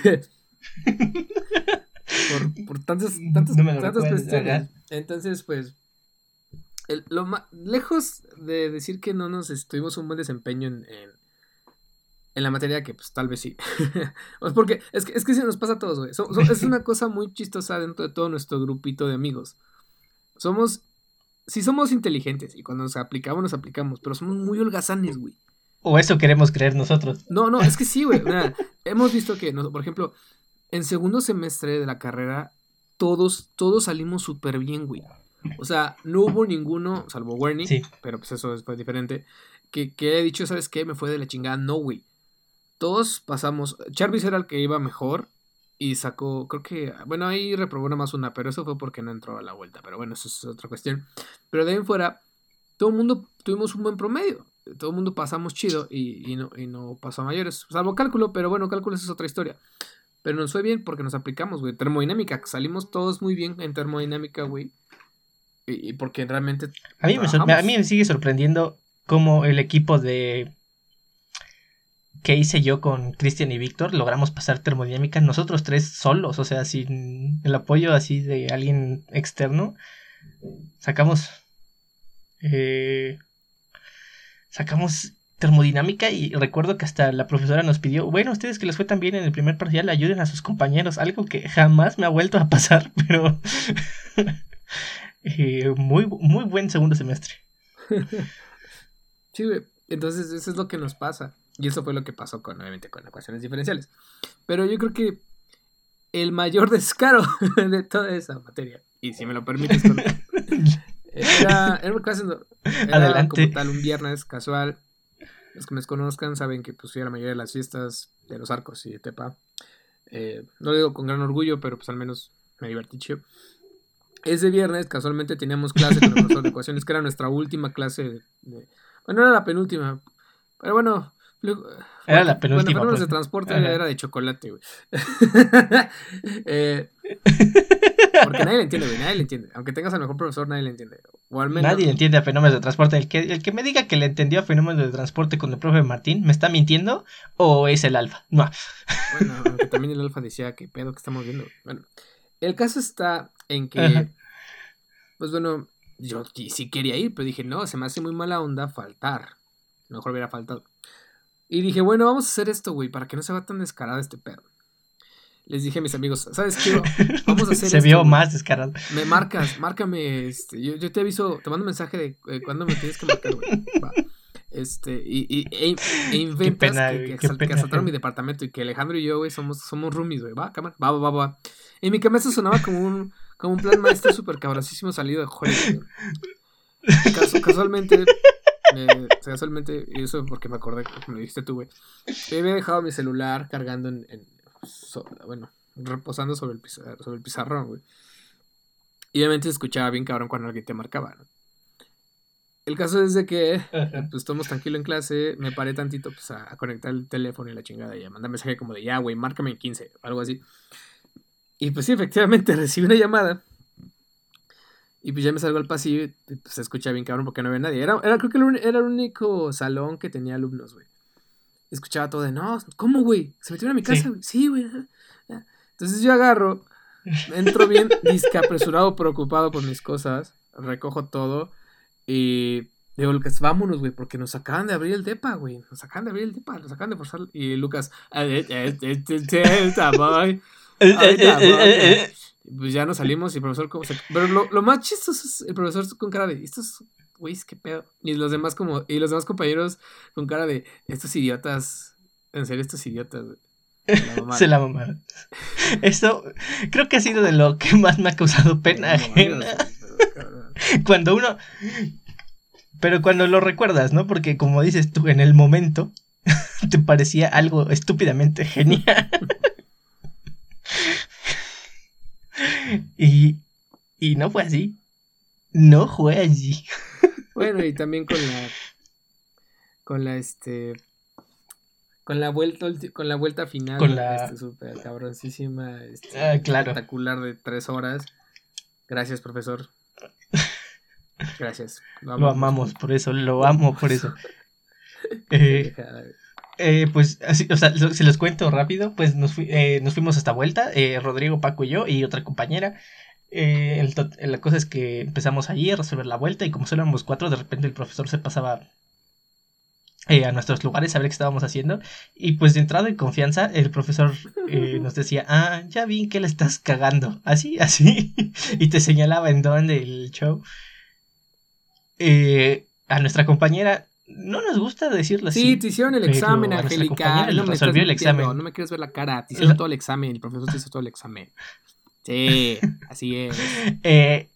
por, por tantas, tantas, no tantas cuestiones. Entonces, pues, el, lo más, lejos de decir que no nos tuvimos un buen desempeño en, en, en la materia, que pues tal vez sí. Pues porque es que, es que se nos pasa a todos, güey. So, so, es una cosa muy chistosa dentro de todo nuestro grupito de amigos. Somos, sí somos inteligentes y cuando nos aplicamos, nos aplicamos, pero somos muy holgazanes, güey. O eso queremos creer nosotros. No, no, es que sí, güey. Hemos visto que, no, por ejemplo, en segundo semestre de la carrera, todos, todos salimos súper bien, güey. O sea, no hubo ninguno, salvo Werny, sí. Pero pues eso fue diferente, que, que he dicho, ¿sabes qué? Me fue de la chingada. No, güey. Todos pasamos. Charvis era el que iba mejor y sacó, creo que, bueno, ahí reprobó nada más una, pero eso fue porque no entró a la vuelta. Pero bueno, eso es otra cuestión. Pero de ahí en fuera, todo el mundo tuvimos un buen promedio. Todo el mundo pasamos chido y, y, no, y no pasó a mayores. Salvo cálculo, pero bueno, cálculo es otra historia. Pero nos fue bien porque nos aplicamos, güey. Termodinámica, salimos todos muy bien en termodinámica, güey. Y, y porque realmente... A mí, me sor- a mí me sigue sorprendiendo cómo el equipo de... que hice yo con Cristian y Víctor logramos pasar termodinámica nosotros tres solos. O sea, sin el apoyo así de alguien externo. Sacamos... Eh... Sacamos termodinámica y recuerdo que hasta la profesora nos pidió, bueno, ustedes que les fue tan bien en el primer parcial, ayuden a sus compañeros, algo que jamás me ha vuelto a pasar, pero eh, muy, muy buen segundo semestre. Sí, güey, entonces eso es lo que nos pasa, y eso fue lo que pasó con, obviamente, con ecuaciones diferenciales, pero yo creo que el mayor descaro de toda esa materia, y si me lo permites, con... era, era una clase, era Adelante. como tal un viernes casual. Los que me conozcan saben que pues fui a la mayoría de las fiestas de los Arcos y de Tepa. Eh, no lo digo con gran orgullo, pero pues al menos me divertí chido. Ese viernes casualmente teníamos clase con el profesor de ecuaciones, que era nuestra última clase de, de... Bueno, era la penúltima, pero bueno... Era la penúltima. Bueno, fenómenos de transporte. Ajá. Era de chocolate, güey. eh, porque nadie le entiende, güey, nadie le entiende. Aunque tengas al mejor profesor, nadie le entiende. O al menos... Nadie le entiende a fenómenos de transporte. El que, el que me diga que le entendió a fenómenos de transporte con el profe Martín, ¿me está mintiendo o es el alfa? No. Bueno, aunque también el alfa decía que pedo que estamos viendo. Bueno, el caso está en que, ajá, pues bueno, yo sí quería ir, pero dije, no, se me hace muy mala onda faltar. Mejor hubiera faltado. Y dije, bueno, vamos a hacer esto, güey, para que no se vea tan descarado este pedo. Les dije a mis amigos, ¿sabes qué? Vamos a hacer se esto. Se vio más descarado. Me marcas, márcame, este, yo, yo te aviso, te mando un mensaje de eh, cuándo me tienes que marcar, güey. Va. Este, y, y e, e inventas pena, que, que, que, que asaltaron mi departamento y que Alejandro y yo, güey, somos, somos roomies, güey, va, cámara, va, va, va, va. En mi cabeza sonaba como un, como un plan maestro súper cabrosísimo salido de Hollywood. Casu, casualmente, eh, casualmente, y eso porque me acordé, como me dijiste tú, güey, me había dejado mi celular cargando en, en so, bueno, reposando sobre el, pizar, sobre el pizarrón, güey. Y obviamente se escuchaba bien cabrón cuando alguien te marcaba, ¿no? El caso es de que, uh-huh, pues estamos tranquilo en clase, me paré tantito pues a, a conectar el teléfono y la chingada y a mandar mensaje como de ya, güey, márcame en quince, algo así. Y pues sí, efectivamente recibí una llamada y pues ya me salgo al pasillo y pues se escucha bien cabrón porque no había nadie. Era, era creo que era el único salón que tenía alumnos, güey. Escuchaba todo de, no, ¿cómo, güey? ¿Se metieron a mi casa, güey? Sí, güey. Entonces yo agarro, entro bien disque apresurado, preocupado por mis cosas, recojo todo. Y digo, Lucas, vámonos, güey, porque nos acaban de abrir el depa, güey. Nos acaban de abrir el depa, nos acaban de forzar. Y Lucas, pues ya nos salimos y el profesor como se... Pero lo, lo más chistoso es el profesor con cara de, estos güeyes, qué pedo. Y los demás como, y los demás compañeros con cara de, estos idiotas, en serio, estos idiotas, güey. Se la mamaron. Esto creo que ha sido de lo que más me ha causado pena ajena. Cuando uno... Pero cuando lo recuerdas, ¿no? Porque como dices tú, en el momento te parecía algo estúpidamente genial. y, y no fue así. No fue así. Bueno, y también con la... Con la, este... Con la vuelta, con la vuelta final, con la... este, súper cabroncísima, este, ah, claro, espectacular de tres horas. Gracias, profesor. Gracias. Lo amamos, lo amamos por eso, lo amo por eso. eh, eh, pues, así, o sea, si les cuento rápido, pues nos, fui, eh, nos fuimos a esta vuelta, eh, Rodrigo, Paco y yo, y otra compañera. Eh, el, la cosa es que empezamos allí a resolver la vuelta, y como solo éramos cuatro, de repente el profesor se pasaba... Eh, a nuestros lugares a ver qué estábamos haciendo y pues de entrada en confianza el profesor eh, nos decía, ah, ya vi que le estás cagando, así, así y te señalaba en dónde el show. Eh, a nuestra compañera no nos gusta decirlo así. Sí, te hicieron el examen, Angélica. No me resolvió el examen. No me quieres ver la cara, te hicieron todo el examen, el profesor te hizo todo el examen. Sí, así es. Eh...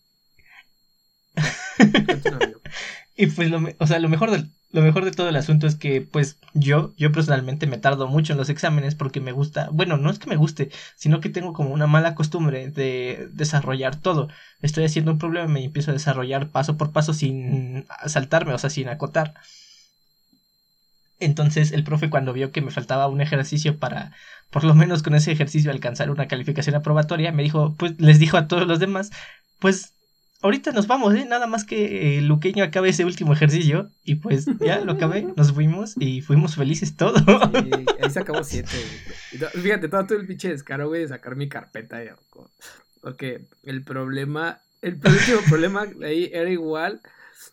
y pues lo, o sea, lo mejor del Lo mejor de todo el asunto es que, pues, yo, yo personalmente me tardo mucho en los exámenes porque me gusta, bueno, no es que me guste, sino que tengo como una mala costumbre de desarrollar todo. Estoy haciendo un problema y empiezo a desarrollar paso por paso sin saltarme, o sea, sin acotar. Entonces, el profe cuando vio que me faltaba un ejercicio para, por lo menos con ese ejercicio, alcanzar una calificación aprobatoria, me dijo, pues, les dijo a todos los demás, pues... ahorita nos vamos, ¿eh? Nada más que el Luqueño acabe ese último ejercicio. Y pues ya lo acabé, nos fuimos y fuimos felices todos. Sí, ahí se acabó siete. Fíjate, todo, todo el pinche descaro, güey, de sacar mi carpeta. Ya, porque el problema, el último problema de ahí era igual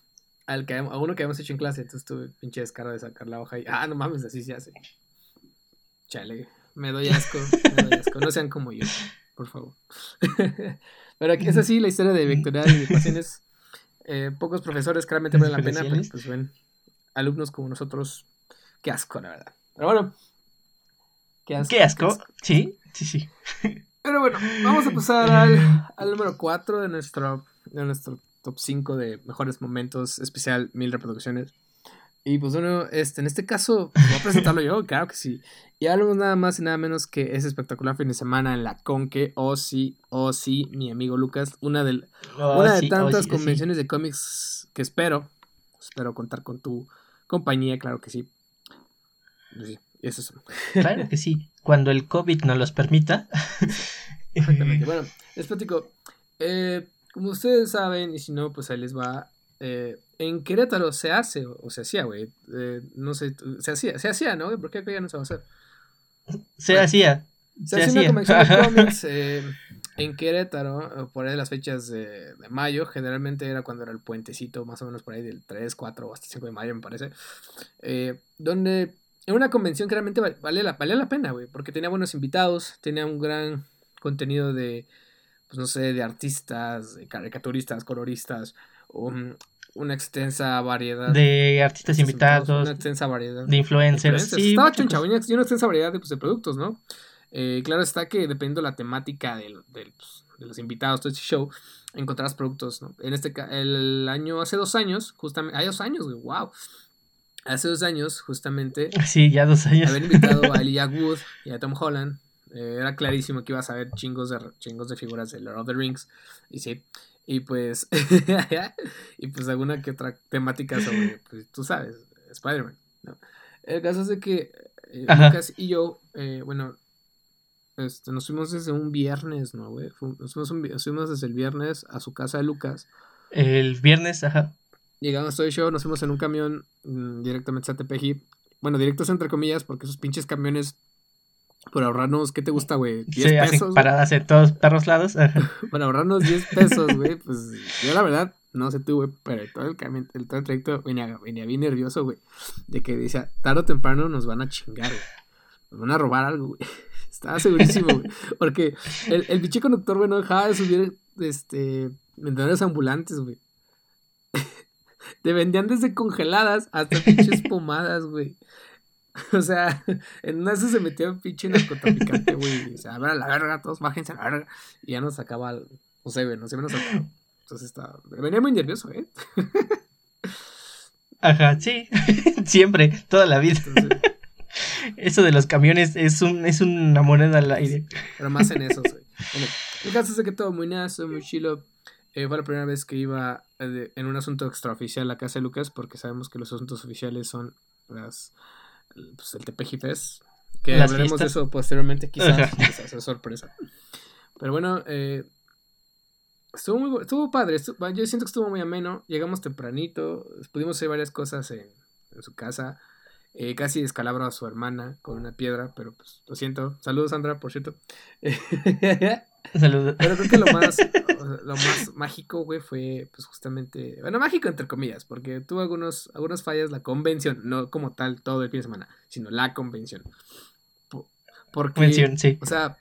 al que, a uno que habíamos hecho en clase, entonces tuve pinche descaro de sacar la hoja y, ah, no mames, así se hace. Chale, me doy asco, me doy asco, no sean como yo, por favor. Pero aquí es así la historia de vectorial y de ecuaciones. Eh, pocos profesores claramente valen la pena, pero pues ven, alumnos como nosotros, qué asco, la verdad. Pero bueno, qué asco. ¿Qué asco? Qué asco. Sí, sí, sí. Pero bueno, vamos a pasar al, al número cuatro de nuestro, de nuestro top cinco de mejores momentos, especial mil reproducciones. Y pues bueno, este, en este caso, voy a presentarlo yo, claro que sí. Y hablamos nada más y nada menos que ese espectacular fin de semana en la Conque, oh sí, oh sí, mi amigo Lucas, una de, oh, una sí, de tantas oh, sí, convenciones sí. de cómics que espero, espero contar con tu compañía, claro que sí. Sí, eso es. Claro que sí, cuando el COVID nos los permita. Exactamente, bueno, les platico, eh, como ustedes saben, y si no, pues ahí les va. Eh, en Querétaro se hace, o se hacía, güey. Eh, no sé, se hacía, se hacía, ¿no? ¿Por qué ya no se va a hacer? Se bueno, hacía. Se, se hacía una convención de cómics eh, en Querétaro, por ahí de las fechas de, de mayo. Generalmente era cuando era el puentecito, más o menos por ahí del tres, cuatro o hasta cinco de mayo, me parece. Eh, donde en una convención que realmente valía la, valía la pena, güey, porque tenía buenos invitados, tenía un gran contenido de, pues no sé, de artistas, de caricaturistas, coloristas, um, una extensa variedad de artistas invitados, invitados, una extensa variedad de influencers, de sí, estaba choncha, y una extensa variedad de, pues, de productos, ¿no? Eh, claro está que dependiendo de la temática de, de, pues, de los invitados, todo este show, encontrarás productos, ¿no? En este el año, hace dos años, justamente, hay dos años, güey, wow. Hace dos años, justamente, sí, ya dos años, habían invitado a Elijah Wood y a Tom Holland. Eh, era clarísimo que ibas a ver chingos de, chingos de figuras de Lord of the Rings, y sí. Y pues, y pues alguna que otra temática sobre, pues tú sabes, Spider-Man, ¿no? El caso es de que eh, Lucas y yo, eh, bueno, este, nos fuimos desde un viernes, ¿no, güey? Nos fuimos, un, nos fuimos desde el viernes a su casa de Lucas. El viernes, ajá. Llegamos todo el show, nos fuimos en un camión mmm, directamente a Tepeji. Bueno, directos entre comillas, porque esos pinches camiones, por ahorrarnos, ¿qué te gusta, güey? diez sí, pesos. Hacen paradas en todos perros lados. Para ahorrarnos diez pesos, güey, pues yo la verdad, no sé tú, güey, pero todo el, cami- el, todo el trayecto venía, venía bien nervioso, güey, de que decía, tarde o temprano nos van a chingar, güey, nos van a robar algo, güey. Estaba segurísimo, güey, porque el, el pinche conductor, güey, no dejaba de subir, este, vendedores ambulantes, güey. Te vendían desde congeladas hasta pinches pomadas, güey. O sea, en una se metió un pinche narcotraficante, güey. O sea, a ver, a la verga, todos bájense a la verga. Y ya nos sacaba, no sé, güey, no sé, nos sacaba. Entonces estaba, venía muy nervioso, ¿eh? Ajá, sí, siempre, toda la vida. Entonces, eso de los camiones es un es una moneda al aire. Pero más en esos, güey. Bueno, el caso es de que todo muy nazo, muy chilo. Eh, fue la primera vez que iba eh, en un asunto extraoficial a casa de Lucas, porque sabemos que los asuntos oficiales son las... pues el Tepeji Fest, que las hablaremos fiestas. De eso posteriormente, quizás, quizás es sorpresa. Pero bueno, eh, estuvo muy estuvo padre, estuvo, yo siento que estuvo muy ameno, llegamos tempranito, pudimos hacer varias cosas en, en su casa, eh, casi descalabro a su hermana con una piedra, pero pues lo siento, saludos Sandra, por cierto. Saludos. Pero creo que lo más lo más mágico, güey, fue pues justamente, bueno, mágico entre comillas, porque tuvo algunos algunas fallas la convención, no como tal todo el fin de semana, sino la convención. Porque, convención, sí. O sea,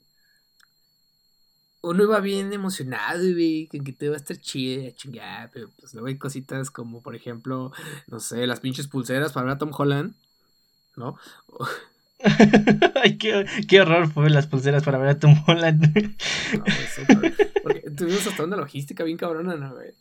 uno iba bien emocionado, güey, que te va a estar chido, chingada, pero pues luego hay cositas como, por ejemplo, no sé, las pinches pulseras para ver a Tom Holland, ¿no? Ay, qué, qué horror fue las pulseras para ver a Tom Holland. No, pues súper. Porque tuvimos hasta una logística bien cabrona, ¿no, güey?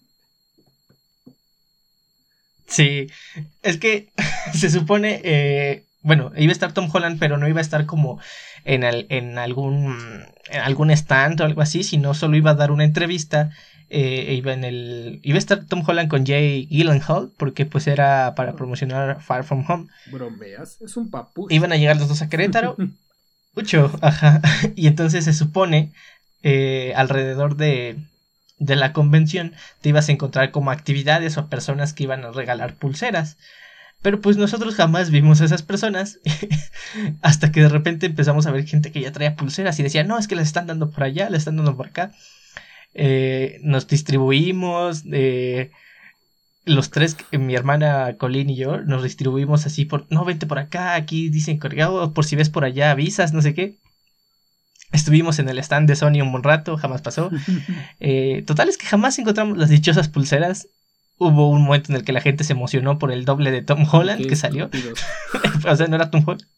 Sí, es que se supone, eh, bueno, iba a estar Tom Holland, pero no iba a estar como en, el, en, algún, en algún stand o algo así, sino solo iba a dar una entrevista. Eh, iba en el iba a estar Tom Holland con Jay Gyllenhaal porque pues era para promocionar Far From Home. Bromeas, es un papu. Iban a llegar los dos a Querétaro. Mucho, ajá. Y entonces se supone eh, alrededor de de la convención te ibas a encontrar como actividades o personas que iban a regalar pulseras. Pero pues nosotros jamás vimos a esas personas hasta que de repente empezamos a ver gente que ya traía pulseras y decía, no, es que las están dando por allá, las están dando por acá. Eh, nos distribuimos, eh, los tres, mi hermana Colleen y yo, nos distribuimos así por, no, vente por acá, aquí dicen colgado, por si ves por allá avisas, no sé qué. Estuvimos en el stand de Sony un buen rato, jamás pasó. Eh, total es que jamás encontramos las dichosas pulseras. Hubo un momento en el que la gente se emocionó por el doble de Tom Holland Qué que salió. estúpidos. O sea, no era Tom Holland.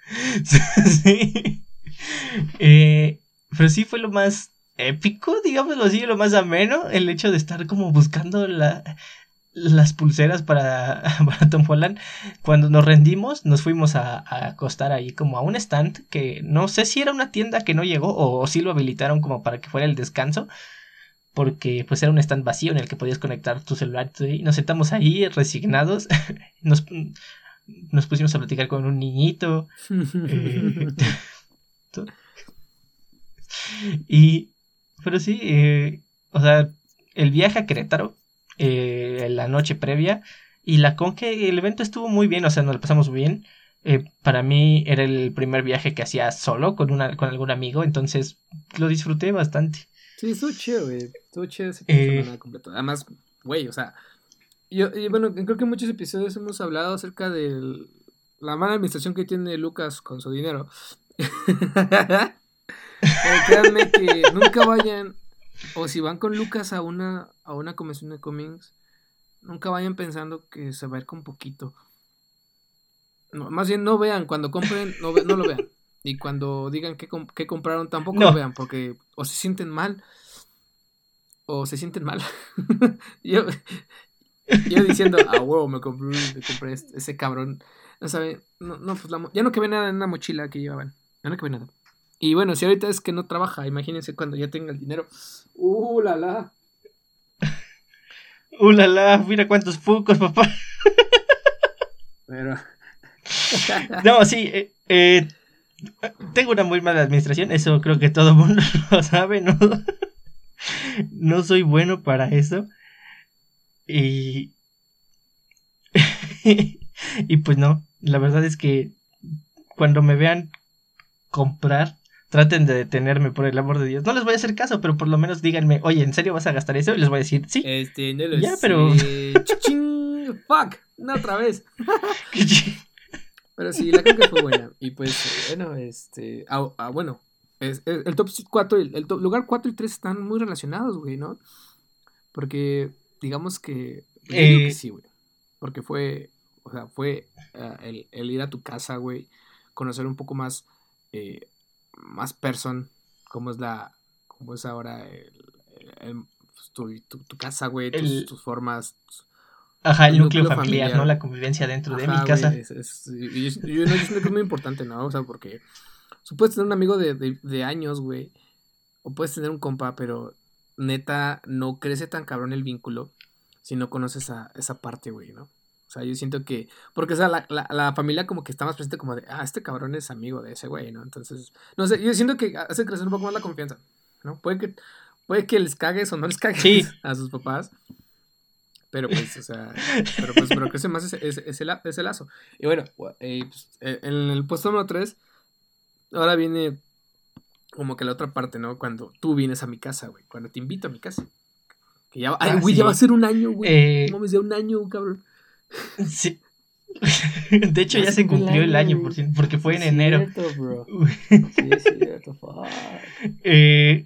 Sí. Eh, pero sí fue lo más épico, digámoslo así, lo más ameno, el hecho de estar como buscando la, las pulseras para, para Tom Holland. Cuando nos rendimos, nos fuimos a, a acostar ahí como a un stand que no sé si era una tienda que no llegó o, o si lo habilitaron como para que fuera el descanso, porque pues era un stand vacío en el que podías conectar tu celular y nos sentamos ahí resignados. nos, nos pusimos a platicar con un niñito. eh, y pero sí, eh, o sea, el viaje a Querétaro, eh, la noche previa y la con que el evento estuvo muy bien, o sea, nos lo pasamos muy bien. Eh, para mí era el primer viaje que hacía solo con una con algún amigo, entonces lo disfruté bastante. Sí, estuvo chido, güey. Estuvo chido ese fin de Eh, semana completo. Además, güey, o sea, yo, y bueno, creo que en muchos episodios hemos hablado acerca de la mala administración que tiene Lucas con su dinero. Pero créanme que nunca vayan, o si van con Lucas a una, a una convención de cómics, nunca vayan pensando que se va a ir con poquito. No, más bien no vean, cuando compren, no, ve- no lo vean. Y cuando digan que, com- que compraron, tampoco lo no, vean, porque o se sienten mal, o se sienten mal. yo, yo diciendo, ah, huevo, me compré, me compré este- ese cabrón. No saben, no, no, pues la, mo- ya no cabe nada en la mochila que llevaban. Ya no cabe nada. Y bueno, si ahorita es que no trabaja, imagínense cuando ya tenga el dinero. Uh, la la. ulala, mira cuántos fucos, papá. Pero. No, sí, eh, eh, tengo una muy mala administración, eso creo que todo el mundo lo sabe, ¿no? No soy bueno para eso. Y. Y pues no, la verdad es que cuando me vean comprar, traten de detenerme por el amor de Dios. No les voy a hacer caso, pero por lo menos díganme, oye, ¿en serio vas a gastar eso? Y les voy a decir, sí. Este, no lo Ya, pero. sé. Chichín, fuck, no otra vez. Pero sí, la creo que fue buena. Y pues, bueno, este. Ah, ah, bueno, es, es- el top cuatro, el, el top- lugar cuatro y tres están muy relacionados, güey, ¿no? Porque, digamos que. Pues yo digo que eh, sí, güey. Porque fue. O sea, fue ah, el, el ir a tu casa, güey. Conocer un poco más. eh, más person. Cómo es la. Cómo es ahora el, el- pues, tu, tu, tu casa, güey. Tus, el, tus formas. ajá, Tu el núcleo núcleo familiar, ¿no? familiar. La convivencia dentro de mi Ajá, güey. casa. Es, es- y yo, yo, no, yo siento que es muy importante, ¿no? O sea, porque. Tú puedes tener un amigo de, de, de años, güey. O puedes tener un compa, pero neta, no crece tan cabrón el vínculo si no conoces a esa parte, güey, ¿no? O sea, yo siento que. Porque, o sea, la, la, la familia como que está más presente como de, ah, este cabrón es amigo de ese güey, ¿no? Entonces, no sé, yo siento que hace crecer un poco más la confianza, ¿no? Puede que, puede que les cagues o no les cagues Sí. a sus papás, pero pues, o sea, pero pues, pero crece más ese, ese, ese, la- ese lazo. Y bueno, eh, pues, eh, en el puesto número tres ahora viene como que la otra parte, ¿no? Cuando tú vienes a mi casa, güey. Cuando te invito a mi casa. Que ya va, ay, Ah, güey, ya va a sí. ser un año, güey. Eh, No mames, ya un año, cabrón. sí. De hecho, Ya ya se se cumplió el cumplió el año, año, güey. por cierto, porque Sí fue es en enero. cierto, bro. Sí es cierto, fuck. eh,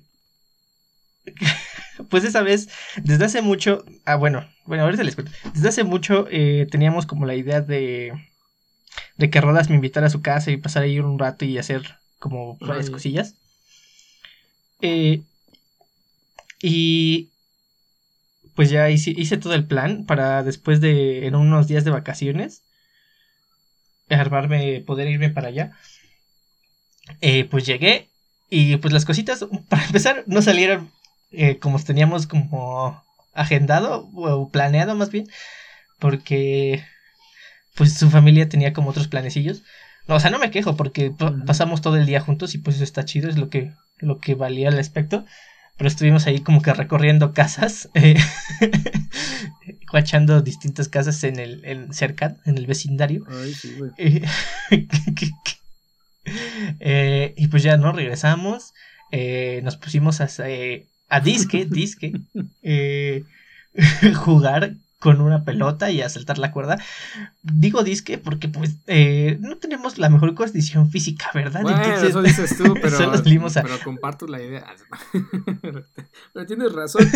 pues esa vez, desde hace mucho. Ah, bueno, bueno, ahorita les cuento. Desde hace mucho eh, teníamos como la idea de, de que Rodas me invitara a su casa y pasar ahí un rato y hacer como varias Ay, cosillas. Eh, y pues ya hice, hice todo el plan para después de, en unos días de vacaciones, armarme, poder irme para allá. Eh, pues llegué y pues las cositas, para empezar, no salieron eh, como teníamos como agendado o planeado más bien, porque pues su familia tenía como otros planecillos. No, o sea, no me quejo porque p- ujú. pasamos todo el día juntos y pues eso está chido, es lo que, lo que valía el aspecto. Pero estuvimos ahí como que recorriendo casas, eh, guachando distintas casas en el en cerca, en el vecindario. Ay, sí, güey. Eh, eh, y pues ya no regresamos, eh, nos pusimos a, eh, a disque, disque, eh, jugar con una pelota y a saltar la cuerda. Digo disque porque pues eh, no tenemos la mejor condición física, ¿verdad? Bueno, entonces, eso dices tú, pero, solo salimos a... pero comparto la idea. Pero tienes razón.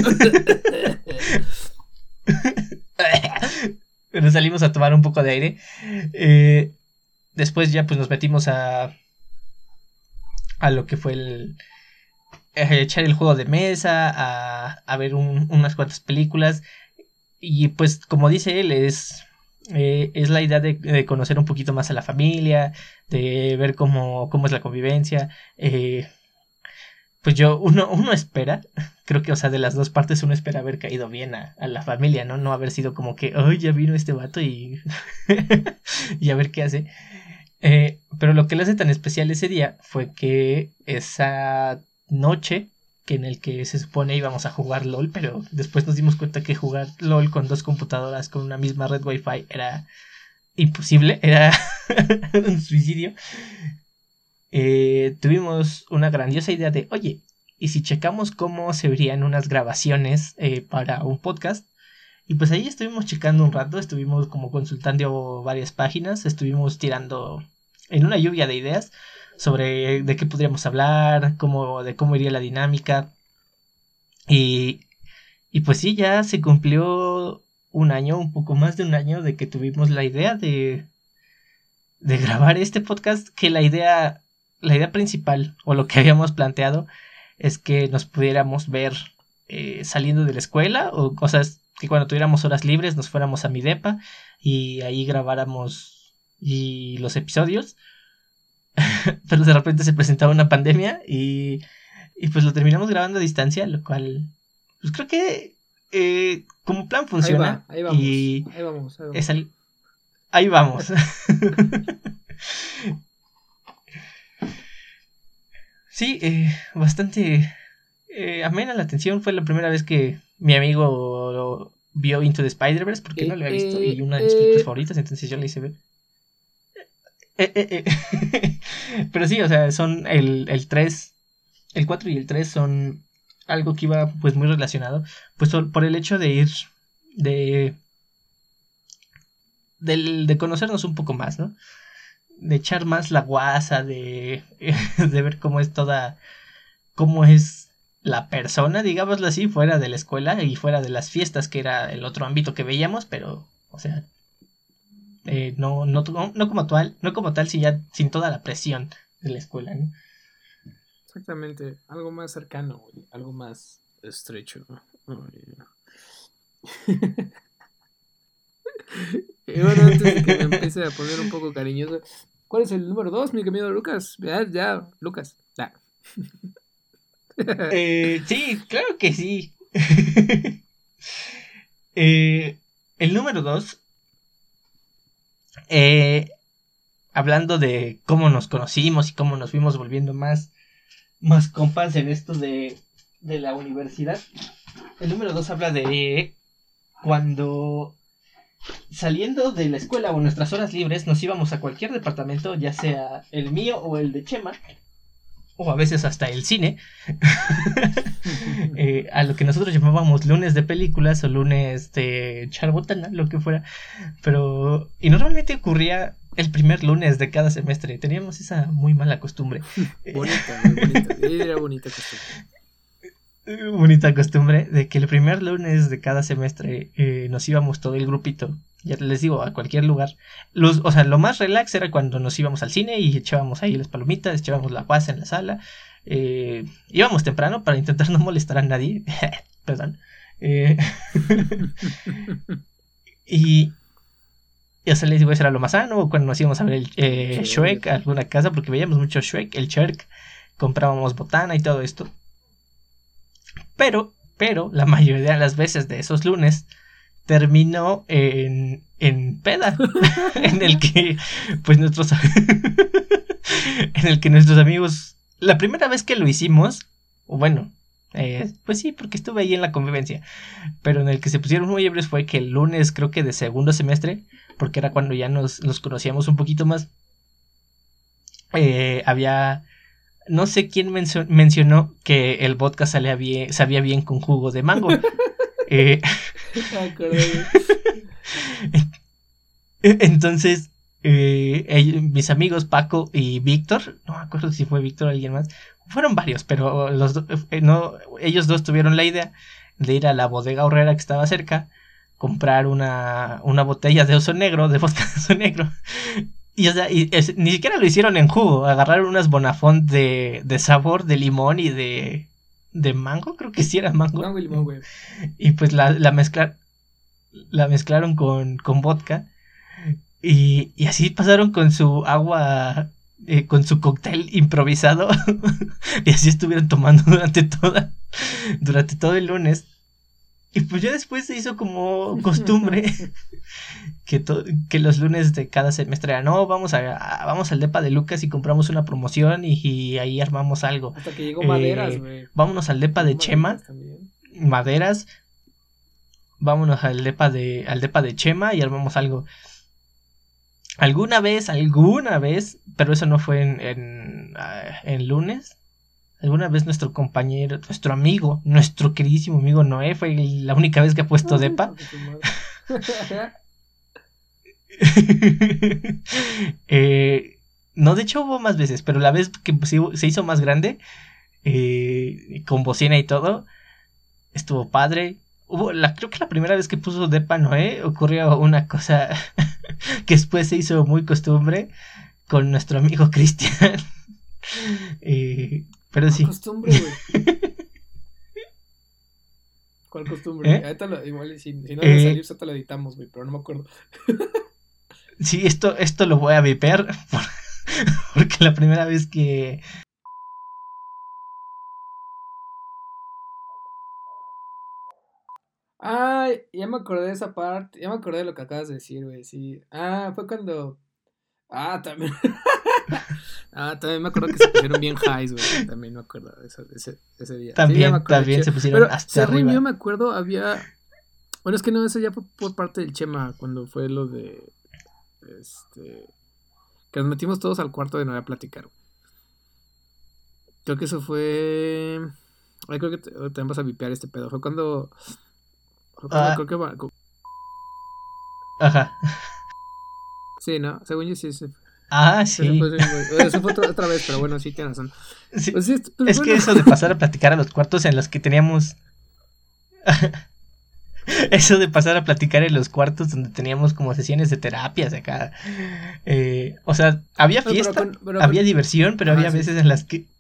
Nos salimos a tomar un poco de aire. Eh, después ya pues nos metimos a a lo que fue el eh, echar el juego de mesa, a, a ver un, unas cuantas películas. Y pues como dice él, es, eh, es la idea de, de conocer un poquito más a la familia, de ver cómo, cómo es la convivencia. Eh, pues yo, uno, uno espera, creo que, o sea, de las dos partes uno espera haber caído bien a, a la familia, ¿no? No haber sido como que, ay, ya vino este vato y, y a ver qué hace. Eh, pero lo que le hace tan especial ese día fue que esa noche, que en el que se supone íbamos a jugar LOL, pero después nos dimos cuenta que jugar LOL con dos computadoras con una misma red Wi-Fi era imposible, era un suicidio. Eh, tuvimos una grandiosa idea de, oye, ¿y si checamos cómo se verían unas grabaciones eh, para un podcast? Y pues ahí estuvimos checando un rato, estuvimos como consultando varias páginas, estuvimos tirando en una lluvia de ideas sobre de qué podríamos hablar, cómo, de cómo iría la dinámica. Y, y pues sí, ya se cumplió un año, un poco más de un año de que tuvimos la idea de, de grabar este podcast, que la idea, la idea principal o lo que habíamos planteado es que nos pudiéramos ver eh, saliendo de la escuela o cosas que cuando tuviéramos horas libres nos fuéramos a mi depa y ahí grabáramos y los episodios. Pero de repente se presentaba una pandemia y, y pues lo terminamos grabando a distancia, lo cual pues creo que eh, como plan funciona. Ahí va, ahí vamos, y ahí vamos, ahí vamos. Es al... ahí vamos. Sí, eh, bastante eh, amena la atención. Fue la primera vez que mi amigo vio Into the Spider-Verse porque eh, no lo había visto eh, y una de mis eh, películas favoritas, entonces yo le hice ver. Eh, eh, eh. Pero sí, o sea, son el, el tres, el cuatro y el tres son algo que iba pues muy relacionado, pues por el hecho de ir, de, de, de conocernos un poco más, ¿no? De echar más la guasa, de, de ver cómo es toda, cómo es la persona, digámoslo así, fuera de la escuela y fuera de las fiestas, que era el otro ámbito que veíamos, pero, o sea, eh, no, no, no como tal, no como tal, sin, ya, sin toda la presión de la escuela, ¿no? Exactamente, algo más cercano, algo más estrecho. Y bueno, antes de que me empiece a poner un poco cariñoso, ¿cuál es el número dos, mi querido Lucas? Ya, ya, Lucas. Ya. eh, sí, claro que sí. eh, el número dos, eh, hablando de cómo nos conocimos y cómo nos fuimos volviendo más, más compas en esto de, de la universidad. El número dos habla de cuando saliendo de la escuela o en nuestras horas libres nos íbamos a cualquier departamento, ya sea el mío o el de Chema, o a veces hasta el cine, eh, a lo que nosotros llamábamos lunes de películas o lunes de charbotana, lo que fuera, pero y normalmente ocurría el primer lunes de cada semestre. Teníamos esa muy mala costumbre. Bonita, muy bonita, era bonita costumbre. Bonita costumbre de que el primer lunes de cada semestre eh, nos íbamos todo el grupito, ya les digo, a cualquier lugar. Los, o sea, lo más relax era cuando nos íbamos al cine y echábamos ahí las palomitas, echábamos la guasa en la sala. Eh, íbamos temprano para intentar no molestar a nadie. Perdón. Eh, y, y o sea, les digo, eso era lo más sano. Cuando nos íbamos a ver el eh, Shrek a alguna casa, porque veíamos mucho Shrek, el Shrek, comprábamos botana y todo esto. Pero, pero, la mayoría de las veces de esos lunes terminó en, en peda, en el que, pues, nuestros, en el que nuestros amigos, la primera vez que lo hicimos, o bueno, eh, pues sí, porque estuve ahí en la convivencia, pero en el que se pusieron muy ebrios fue que el lunes, creo que de segundo semestre, porque era cuando ya nos, nos conocíamos un poquito más, eh, había... No sé quién mencio- mencionó que el vodka salía bien, sabía bien con jugo de mango. eh, Entonces, eh, ellos, mis amigos Paco y Víctor, no me acuerdo si fue Víctor o alguien más, fueron varios, pero los do, eh, no, ellos dos tuvieron la idea de ir a la bodega horrera que estaba cerca, comprar una, una botella de oso negro, de vodka de oso negro. Y, o sea, y es, ni siquiera lo hicieron en jugo, agarraron unas Bonafont de, de sabor, de limón y de, de mango, creo que sí era mango. Mango y limón, güey. Y pues la, la, mezcla, la mezclaron con, con vodka. Y, y así pasaron con su agua, eh, con su cóctel improvisado. Y así estuvieron tomando durante toda, durante todo el lunes. Y pues ya después se hizo como costumbre que, to- que los lunes de cada semestre era, no, vamos a, a- vamos al depa de Lucas y compramos una promoción y, y ahí armamos algo. Hasta que llegó Eh, Maderas, güey. vámonos al depa Llegó de Chema, Maderitas también. Maderas, vámonos al depa de, al depa de Chema y armamos algo. Alguna vez, alguna vez, pero eso no fue en, en, ah, en lunes. Alguna vez nuestro compañero, nuestro amigo, nuestro queridísimo amigo Noé fue la única vez que ha puesto Ay, depa. hijo de tu madre. eh, no, de hecho hubo más veces, pero la vez que se, se hizo más grande, eh, con bocina y todo, estuvo padre. Hubo la, creo que la primera vez que puso depa Noé ocurrió una cosa que después se hizo muy costumbre con nuestro amigo Cristian. eh, pero ¿Cuál sí. costumbre, güey? ¿Cuál costumbre? ¿Eh? Ahorita lo, igual, si, si no Eh, debe salir, te lo editamos, güey, pero no me acuerdo. Sí, esto, esto lo voy a vipear por, porque la primera vez que... Ay, ya me acordé de esa parte, ya me acordé de lo que acabas de decir, güey, sí. Ah, fue cuando... Ah, también... Ah, también me acuerdo que se pusieron bien highs, güey, también me acuerdo de ese, ese, ese día. También, sí, ya me acuerdo, también che. se pusieron Pero hasta según arriba. yo me acuerdo, había... Bueno, es que no, eso ya fue por parte del Chema, cuando fue lo de... Este... Que nos metimos todos al cuarto de Noé a platicar. Creo que eso fue... Ay, creo que te, te vas a vipear este pedo. Fue cuando... Fue cuando Ah, creo que... va- ajá. Sí, ¿no? Según yo sí, sí. Ah, Eso sí. fue, eso, eso fue otra, otra vez, pero bueno, sí, tienes razón. Sí, Pues sí, pues es bueno. que eso de pasar a platicar a los cuartos en los que teníamos... Eso de pasar a platicar en los cuartos donde teníamos como sesiones de terapias acá. Eh, o sea, había No, pero fiesta, con- pero había con- diversión, pero Ajá, había sí. veces en las que...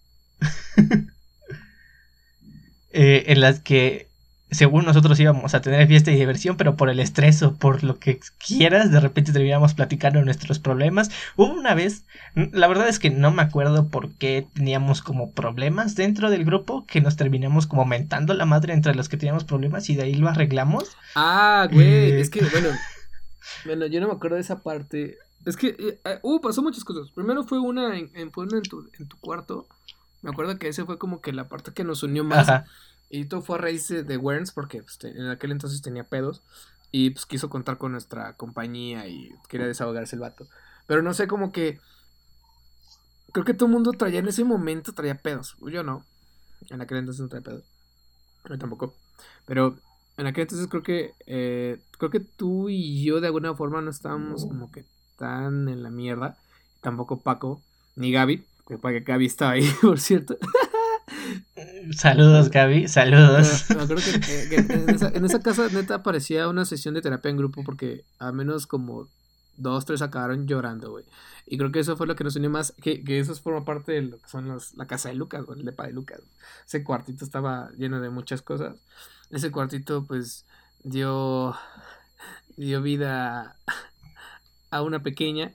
eh, en las que, según nosotros íbamos a tener fiesta y diversión, pero por el estrés o por lo que quieras, de repente terminábamos platicando nuestros problemas. Hubo una vez, la verdad es que no me acuerdo por qué teníamos como problemas dentro del grupo, que nos terminamos como mentando la madre entre los que teníamos problemas y de ahí lo arreglamos. Ah, güey, Eh, es que, bueno, bueno, yo no me acuerdo de esa parte. Es que, eh, eh, uh, pasó muchas cosas. Primero fue una en, en, fue una en, tu, en tu cuarto. Me acuerdo que ese fue como que la parte que nos unió más. Ajá. Y todo fue a raíz de, de Werns, porque pues, te- en aquel entonces tenía pedos. Y pues quiso contar con nuestra compañía y quería desahogarse el vato. Pero no sé, como que. Creo que todo el mundo traía en ese momento, traía pedos. Yo no. En aquel entonces no traía pedos. Yo tampoco. Pero en aquel entonces creo que. Eh, creo que tú y yo de alguna forma no estábamos como que tan en la mierda. Tampoco Paco, ni Gaby. Que para que Gaby estaba ahí, por cierto. Saludos, Gaby, Me, saludos. me acuerdo que, que- que en, esa, en esa casa neta aparecía una sesión de terapia en grupo porque al menos como dos, tres acabaron llorando, güey. Y creo que eso fue lo que nos unió más, que, que eso forma parte de lo que son los, la casa de Lucas, güey, el depa de Lucas. Ese cuartito estaba lleno de muchas cosas. Ese cuartito pues dio, dio vida a una pequeña,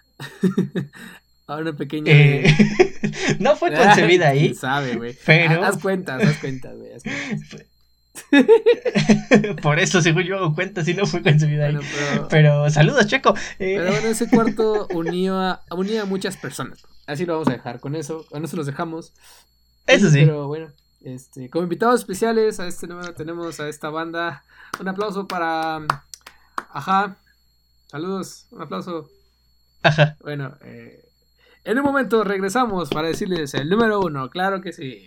a una pequeña Eh, de... no fue concebida ¿Quién ahí, sabe, güey? pero... Haz cuentas, haz cuentas, güey, haz cuentas. Por eso, según yo hago cuenta, si no fue concebida ahí. Bueno, pero... Pero saludos, Checo. Eh, Pero bueno, ese cuarto unió a, unía a muchas personas. Así lo vamos a dejar. Con eso, con eso los dejamos. Eso Y, sí. Pero bueno, este, como invitados especiales a este número tenemos a esta banda. Un aplauso para... Ajá. Saludos. Un aplauso. Ajá. Bueno, eh, en un momento regresamos para decirles el número uno. Claro que sí.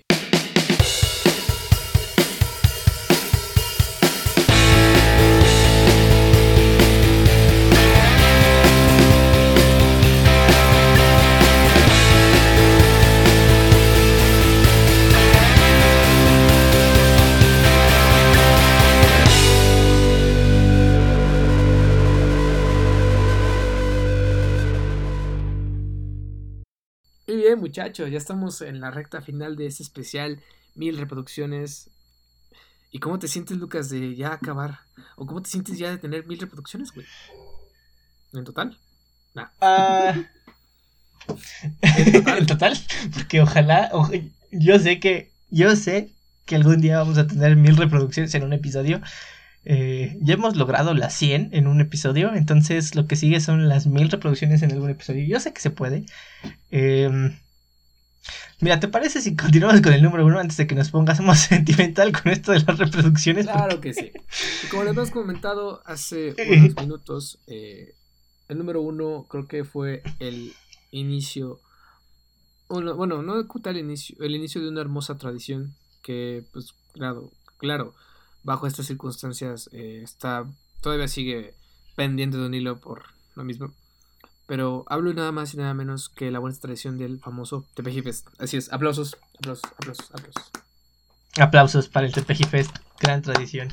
muchachos, ya estamos en la recta final de este especial, mil reproducciones. ¿Y cómo te sientes, Lucas, de ya acabar? ¿O cómo te sientes ya de tener mil reproducciones, güey? ¿En total? Nah. Uh... ¿En total? ¿En total? Porque ojalá, o... yo sé que, yo sé que algún día vamos a tener mil reproducciones en un episodio. Eh, ya hemos logrado las cien en un episodio, entonces lo que sigue son las mil reproducciones en algún episodio. Yo sé que se puede. Eh, mira, ¿te parece si continuamos con el número uno antes de que nos pongamos sentimental con esto de las reproducciones? Claro porque... que sí. Y como les hemos comentado hace unos minutos, eh, el número uno creo que fue el inicio, uno, bueno, no el inicio, el inicio de una hermosa tradición que, pues, claro, claro. Bajo estas circunstancias eh, está todavía sigue pendiente de un hilo por lo mismo. Pero hablo nada más y nada menos que la buena tradición del famoso Tepeji Fest. Así es, aplausos, aplausos, aplausos, aplausos. Aplausos para el Tepeji Fest, gran tradición.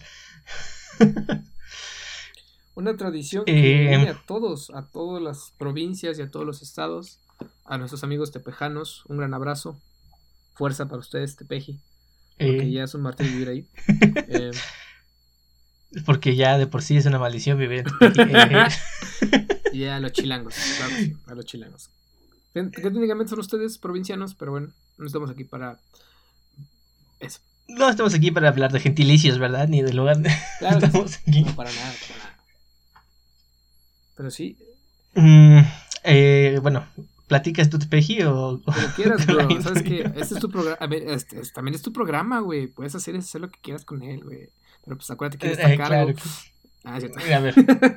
Una tradición que eh... une a todos, a todas las provincias y a todos los estados. A nuestros amigos tepejanos, un gran abrazo. Fuerza para ustedes, Tepeji. Porque eh... ya es un martirio vivir ahí. eh... Porque ya de por sí es una maldición vivir en Tepeji. eh... Y a los chilangos, claro, sí, a los chilangos. Que técnicamente son ustedes provincianos, pero bueno, no estamos aquí para eso. No estamos aquí para hablar de gentilicios, ¿verdad? Ni de lugar. Claro, estamos sí. Aquí. No, para nada, para nada. Pero sí. Mm, eh, bueno, ¿platicas tu Tepeji o...? Como quieras, bro. ¿Sabes qué? Este es tu programa. A ver, este, este, también es tu programa, güey. Puedes hacer, hacer lo que quieras con él, güey. Pero pues acuérdate que él está a cargo. Claro. Ah, cierto. A ver.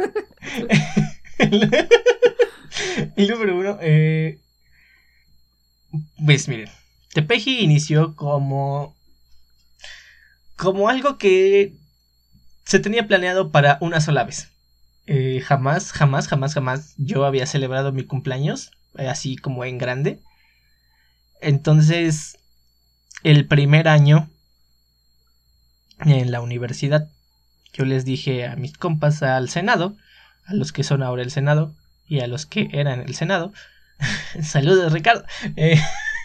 El número uno, eh, pues miren, Tepeji inició como como algo que se tenía planeado para una sola vez. Eh, jamás, jamás, jamás, jamás yo había celebrado mi cumpleaños eh, así como en grande. Entonces, el primer año en la universidad, yo les dije a mis compas al Senado, a los que son ahora el Senado y a los que eran el Senado. Saludos, Ricardo. Eh,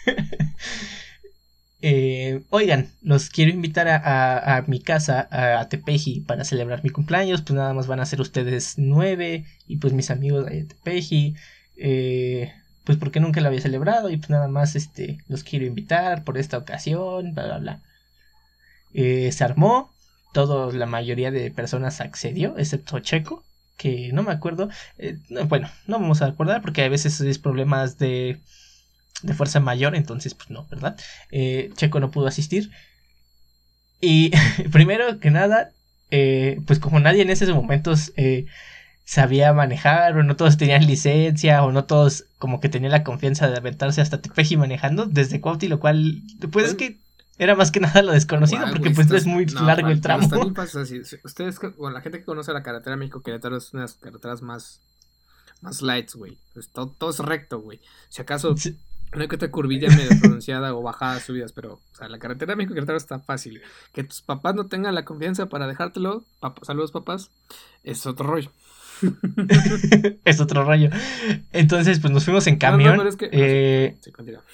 eh, oigan, los quiero invitar a, a, a mi casa, a, a Tepeji, para celebrar mi cumpleaños. Pues nada más van a ser ustedes nueve y pues mis amigos de Tepeji. Eh, pues porque nunca lo había celebrado y pues nada más este los quiero invitar por esta ocasión, bla, bla, bla. Eh, se armó, todo, la mayoría de personas accedió, excepto Checo, que no me acuerdo, eh, no, bueno, no vamos a acordar porque a veces es problemas de, de fuerza mayor, entonces pues no, ¿verdad? Eh, Checo no pudo asistir. Y primero que nada, eh, pues como nadie en esos momentos eh, sabía manejar, o no todos tenían licencia, o no todos como que tenían la confianza de aventarse hasta Tepeji manejando desde Cuautla, lo cual, pues es que era más que nada lo desconocido, wow, porque wey, pues estás, es muy no, largo el tramo. También pasa así. Ustedes, bueno, la gente que conoce la carretera México-Querétaro es una de las carreteras más, más lights, güey. Pues todo, todo es recto, güey. Si acaso sí. No hay que otra curvilla medio pronunciada o bajadas, subidas, pero, o sea, la carretera México-Querétaro está fácil. Que tus papás no tengan la confianza para dejártelo, pap- saludos papás, es otro rollo. Es otro rollo. Entonces, pues nos fuimos en camión. No, no, pero es que... Eh... Sí, continúa.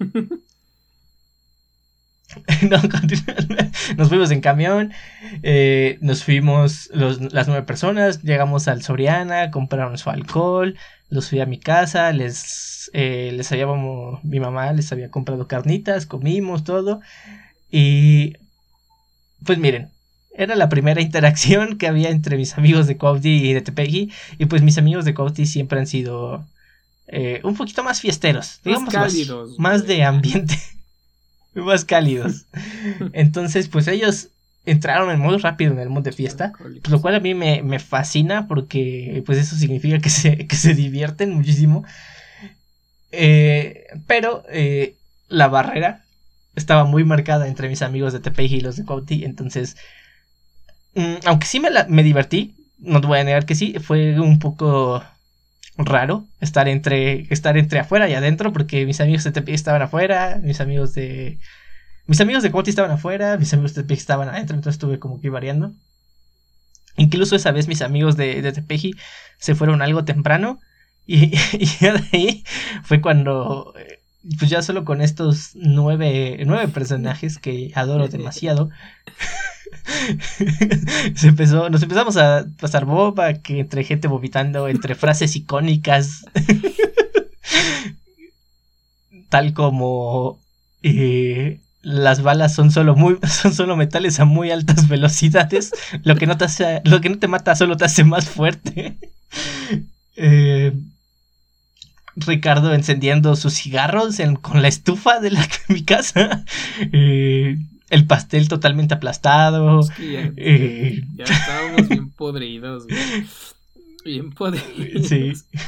No, nos fuimos en camión, eh, nos fuimos los, las nueve personas, llegamos al Soriana, compraron su alcohol, los fui a mi casa, les eh, les habíamos, mi mamá les había comprado carnitas, comimos todo y pues miren, era la primera interacción que había entre mis amigos de Cuautla y de Tepeji, y pues mis amigos de Cuautla siempre han sido eh, un poquito más fiesteros, digamos, más cálidos, más, más de ambiente. Más cálidos. Entonces, pues ellos entraron muy rápido en el mood de fiesta, lo cual a mí me, me fascina porque pues eso significa que se, que se divierten muchísimo. Eh, pero eh, la barrera estaba muy marcada entre mis amigos de Tepeji y los de Cuautla, entonces, mmm, aunque sí me, la, me divertí, no te voy a negar que sí, fue un poco raro estar entre estar entre afuera y adentro, porque mis amigos de Tepeji estaban afuera, mis amigos de mis amigos de Cuautla estaban afuera, mis amigos de Tepeji estaban adentro, entonces estuve como que variando. Incluso esa vez mis amigos de, de Tepeji se fueron algo temprano y, y ya de ahí fue cuando pues ya solo con estos nueve, nueve personajes que adoro demasiado, se empezó, nos empezamos a pasar boba, que entre gente vomitando, entre frases icónicas, tal como eh, las balas son solo muy, son solo metales a muy altas velocidades, lo que no te hace, lo que no te mata solo te hace más fuerte. eh, Ricardo encendiendo sus cigarros en, con la estufa de, la, de mi casa. Eh, el pastel totalmente aplastado. Es que ya, eh, ya estábamos bien podridos, güey. Bien podridos. Sí.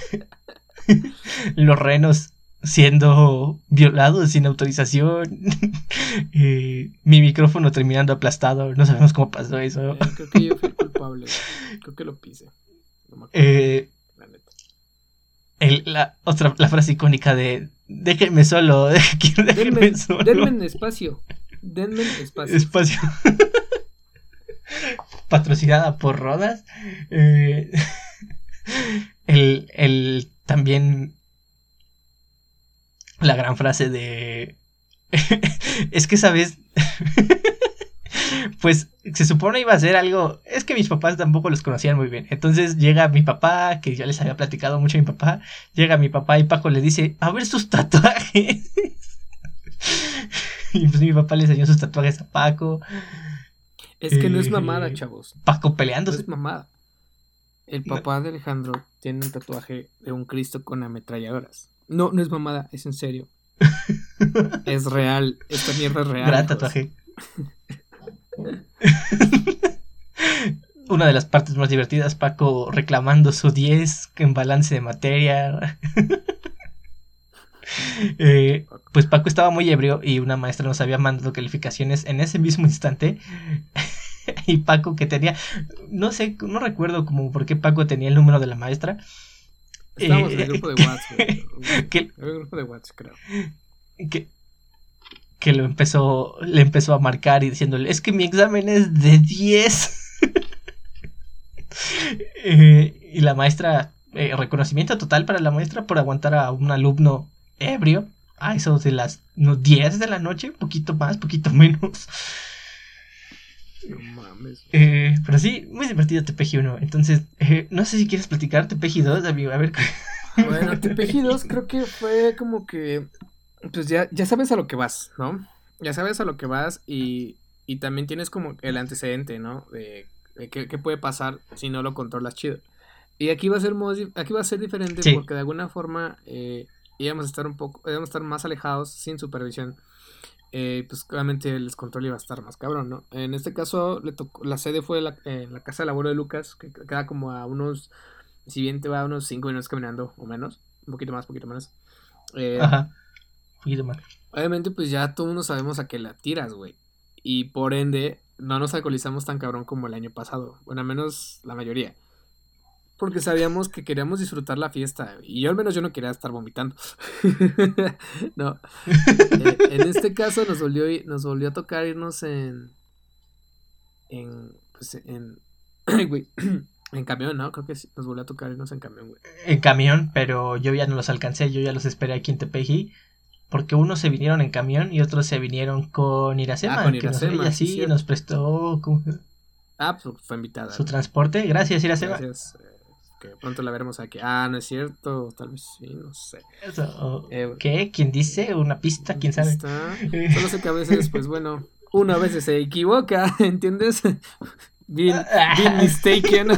Los renos siendo violados sin autorización. eh, mi micrófono terminando aplastado. No sabemos cómo pasó eso. Eh, creo que yo fui el culpable. Creo que lo pise. No me acuerdo. Eh, El, la otra la frase icónica de déjenme solo, déjenme, denme, solo. Denme espacio. Denme espacio. Espacio. Patrocinada por Rodas. Eh, el, el también la gran frase de es que sabes pues se supone iba a ser algo. Es que mis papás tampoco los conocían muy bien. Entonces llega mi papá, que yo les había platicado mucho a mi papá. Llega mi papá y Paco le dice, a ver sus tatuajes. Y pues mi papá le enseñó sus tatuajes a Paco. Es que eh, no es mamada, chavos. Paco peleándose. No es mamada. El papá no. de Alejandro tiene un tatuaje de un Cristo con ametralladoras. No, no es mamada, es en serio. Es real. Esta mierda es real. Gran tatuaje. Una de las partes más divertidas, Paco reclamando su diez en balance de materia. eh, pues Paco estaba muy ebrio y una maestra nos había mandado calificaciones en ese mismo instante. Y Paco, que tenía, no sé, no recuerdo como por qué Paco tenía el número de la maestra. Estábamos eh, en el grupo de WhatsApp. Que, en el grupo de WhatsApp, creo. Que, que lo empezó, le empezó a marcar y diciéndole, es que mi examen es de diez. eh, y la maestra, eh, reconocimiento total para la maestra por aguantar a un alumno ebrio a eso de las no, diez de la noche, poquito más, poquito menos. No mames. Eh, pero sí, muy divertido T P G uno. Entonces, eh, no sé si quieres platicar T P G dos, amigo, a ver. Bueno, T P G dos creo que fue como que pues ya, ya sabes a lo que vas, ¿no? Ya sabes a lo que vas y, y también tienes como el antecedente, ¿no? De, de qué, qué puede pasar si no lo controlas chido. Y aquí va a ser, aquí va a ser diferente sí. Porque de alguna forma eh, íbamos a estar un poco, íbamos a estar más alejados sin supervisión. Eh, pues claramente el descontrol iba a estar más cabrón, ¿no? En este caso le tocó, la sede fue la, eh, la casa de laburo de Lucas, que queda como a unos, si bien te va a unos cinco minutos caminando o menos, un poquito más, poquito menos. Eh, Ajá. Más. Obviamente pues ya todo el mundo sabemos a qué la tiras, güey. Y por ende no nos alcoholizamos tan cabrón como el año pasado. Bueno, al menos la mayoría. Porque sabíamos que queríamos disfrutar la fiesta. Y yo al menos yo no quería estar vomitando. No. Eh, en este caso nos volvió, nos volvió a tocar irnos en... En... Pues en... güey. En camión, ¿no? Creo que sí, nos volvió a tocar irnos en camión, güey. En camión, pero yo ya no los alcancé. Yo ya los esperé aquí en Tepeji. Porque unos se vinieron en camión y otros se vinieron con Iracema. Ah, con que Iracema, nos, ella sí, sí nos prestó ¿cómo? Ah, pues fue invitada. Su transporte. Gracias, Iracema. Gracias. Eh, que pronto la veremos aquí. Ah, no es cierto. Tal vez sí, no sé. Eso, eh, ¿Qué? ¿Quién dice? ¿Una pista? ¿Quién sabe? Pista. Solo sé que a veces, pues bueno, uno a veces se equivoca, ¿entiendes? Bien, bien mistaken.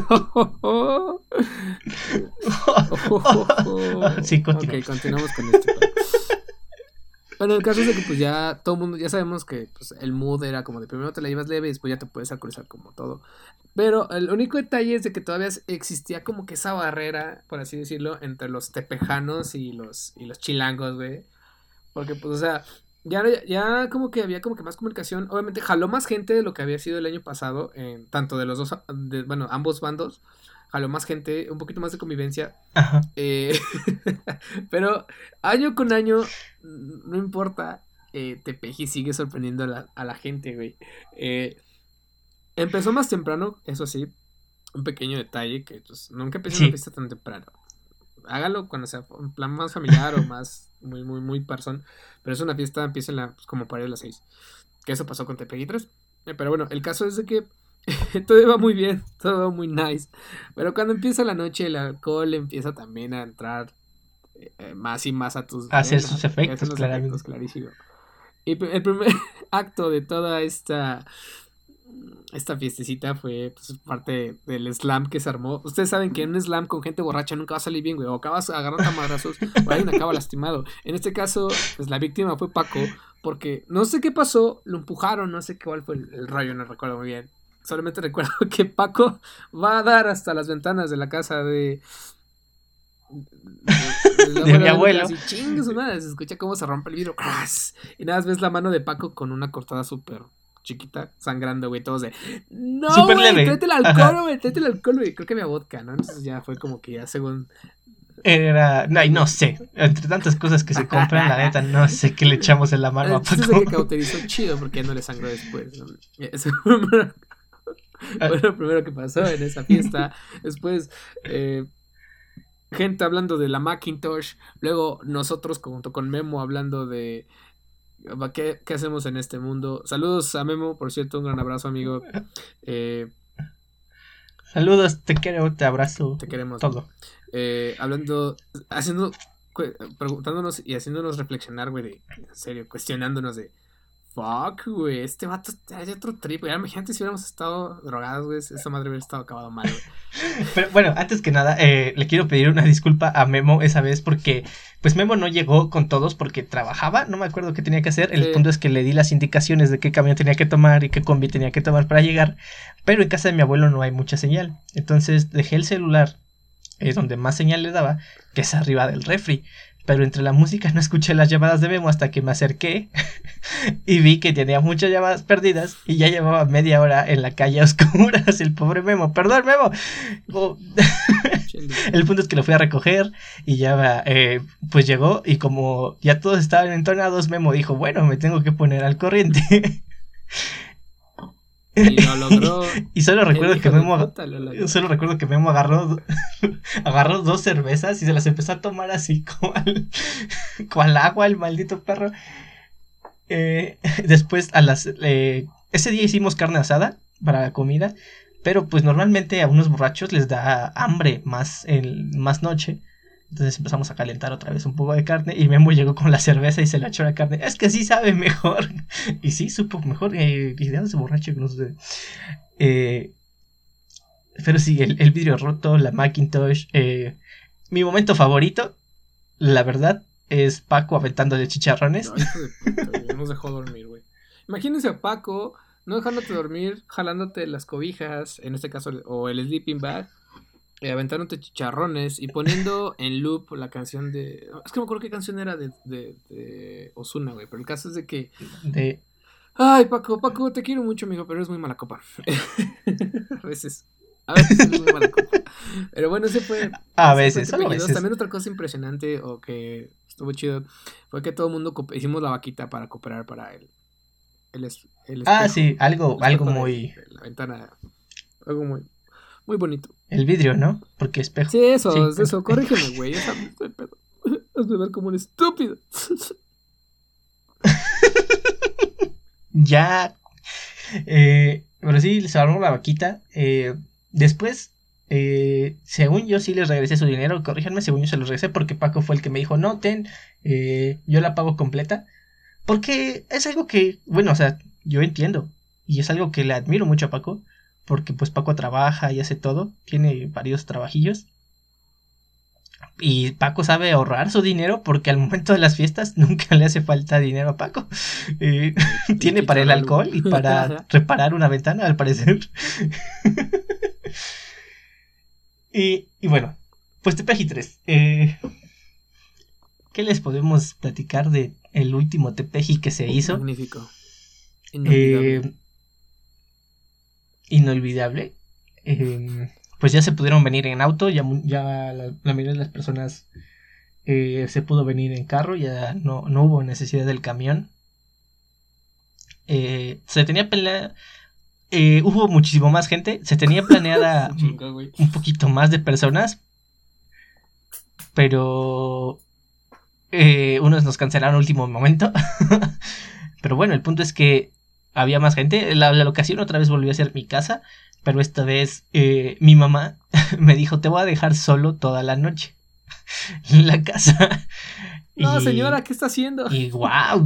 Sí, continúa. Ok, continuamos con esto. Bueno, el caso es de que pues ya todo el mundo, ya sabemos que pues, el mood era como de primero te la llevas leve y después ya te puedes alcoholizar como todo. Pero el único detalle es de que todavía existía como que esa barrera, por así decirlo, entre los tepejanos y los, y los chilangos, güey. Porque pues, o sea, ya, ya como que había como que más comunicación. Obviamente jaló más gente de lo que había sido el año pasado, en, tanto de los dos, de, bueno, ambos bandos. Jaló más gente, un poquito más de convivencia. Ajá. Eh, pero año con año, no importa, eh, Tepeji sigue sorprendiendo a la, a la gente, güey. Eh, empezó más temprano, eso sí, un pequeño detalle que pues, nunca empecé sí. una fiesta tan temprano. hágalo cuando sea un plan más familiar o más muy, muy, muy person. Pero es una fiesta, empieza en la, pues, como para ir a las seis. Que eso pasó con Tepeji tres. Eh, pero bueno, el caso es de que todo iba muy bien, todo iba muy nice. Pero cuando empieza la noche, el alcohol empieza también a entrar eh, más y más a tus a hacer venas. sus efectos, claramente. Efectos, clarísimo. Y el primer acto de toda esta esta fiestecita fue pues, parte del slam que se armó. Ustedes saben que en un slam con gente borracha nunca va a salir bien, güey. O acabas agarrando a madrazos o alguien acaba lastimado. En este caso, pues la víctima fue Paco, porque no sé qué pasó, lo empujaron, no sé cuál fue el, el rollo, no recuerdo muy bien. Solamente recuerdo que Paco va a dar hasta las ventanas de la casa de... De, de, de, de mi abuelo. Así, chingue su madre, se escucha cómo se rompe el vidrio. ¡Cras! Y nada más ves la mano de Paco con una cortada súper chiquita, sangrando, güey, todos de no, Super güey, leve. tráete el alcohol, güey, tráete el alcohol, güey. Creo que había vodka, ¿no? Entonces ya fue como que ya según Era, no, no sé, entre tantas cosas que se compran, la neta, no sé qué le echamos en la mano a Paco. Entonces que cauterizó chido porque ya no le sangró después, ¿no? Eso fue lo primero que pasó en esa fiesta. Después, eh, gente hablando de la Macintosh. Luego nosotros junto con Memo hablando de ¿qué, qué hacemos en este mundo. Saludos a Memo, por cierto, un gran abrazo, amigo. Eh, Saludos, te quiero, te abrazo. Te queremos. Todo. Eh, hablando, haciendo, preguntándonos y haciéndonos reflexionar, güey, de, en serio, cuestionándonos de fuck, güey, este vato hay otro trip, güey. Imagínate si hubiéramos estado drogados, güey, esa madre hubiera estado acabado mal, güey. Pero bueno, antes que nada, eh, le quiero pedir una disculpa a Memo esa vez porque, pues Memo no llegó con todos porque trabajaba, no me acuerdo qué tenía que hacer. El sí. punto es que le di las indicaciones de qué camión tenía que tomar y qué combi tenía que tomar para llegar, pero en casa de mi abuelo no hay mucha señal. Entonces dejé el celular, es donde más señal le daba, que es arriba del refri. Pero entre la música no escuché las llamadas de Memo hasta que me acerqué y vi que tenía muchas llamadas perdidas y ya llevaba media hora en la calle a oscuras el pobre Memo. ¡Perdón, Memo! Oh. El punto es que lo fui a recoger y ya eh, pues llegó y como ya todos estaban entonados, Memo dijo, bueno, me tengo que poner al corriente. Y lo logró. Y solo recuerdo que Memo puta, solo recuerdo que Memo agarró agarró dos cervezas y se las empezó a tomar así como al, como al agua, el maldito perro. Eh, después a las eh, ese día hicimos carne asada para la comida, pero pues normalmente a unos borrachos les da hambre más en más noche. Entonces empezamos a calentar otra vez un poco de carne y Memo llegó con la cerveza y se la echó la carne. Es que sí sabe mejor. Y sí, supo mejor. Eh, ideas de borracho que no sé. Eh, pero sí, el, el vidrio roto, la Macintosh. Eh, mi momento favorito, la verdad, es Paco aventándole chicharrones. No, hijo de puta, güey, nos dejó dormir, güey. Imagínense a Paco no dejándote dormir, jalándote las cobijas, en este caso, o el sleeping bag. Eh, aventándote chicharrones y poniendo en loop la canción de... Es que no me acuerdo qué canción era de, de, de Ozuna, güey. Pero el caso es de que... De... Ay, Paco, Paco, te quiero mucho, amigo, pero eres muy mala copa. A veces. A veces es muy mala copa. Pero bueno, ese fue... A ese veces, fue a veces. También otra cosa impresionante o que estuvo chido fue que todo el mundo... Hicimos la vaquita para cooperar para el... el, es, el espejo, ah, sí, algo, algo muy... De, de la ventana. Algo muy... Muy bonito. El vidrio, ¿no? Porque espejo. Sí, eso, sí, eso, corrígeme, güey. Hazme ver como un estúpido. Ya. Eh, pero sí, les armó la vaquita. Eh, después, eh, según yo sí les regresé su dinero. Corríjanme, según yo se los regresé porque Paco fue el que me dijo, no, ten, eh, yo la pago completa. Porque es algo que, bueno, o sea, yo entiendo. Y es algo que le admiro mucho a Paco. Porque pues Paco trabaja y hace todo, tiene varios trabajillos. Y Paco sabe ahorrar su dinero porque al momento de las fiestas nunca le hace falta dinero a Paco. Eh, tiene para el alcohol y para reparar una ventana, al parecer. y, y bueno, pues Tepeji tres. Eh, ¿Qué les podemos platicar de el último Tepeji que se hizo? Magnífico. Inolvidable. Eh, inolvidable. Eh, pues ya se pudieron venir en auto, ya, ya la, la mayoría de las personas eh, se pudo venir en carro, ya no, no hubo necesidad del camión. Eh, se tenía planeada, eh, hubo muchísimo más gente, se tenía planeada un poquito más de personas, pero eh, unos nos cancelaron al último momento. Pero bueno, el punto es que había más gente. La, la locación otra vez volvió a ser mi casa, pero esta vez eh, mi mamá me dijo, te voy a dejar solo toda la noche en la casa. No, y, señora, ¿qué está haciendo? Y wow.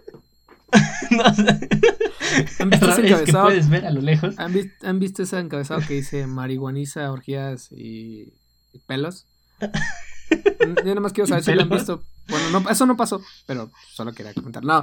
No sé. ¿Han visto ese Es encabezado? que puedes ver a lo lejos. ¿Han, vi ¿Han visto ese encabezado que dice marihuaniza, orgías y, y pelos? Yo nada más quiero saber si lo han visto. Bueno, no, eso no pasó, pero solo quería comentar. No.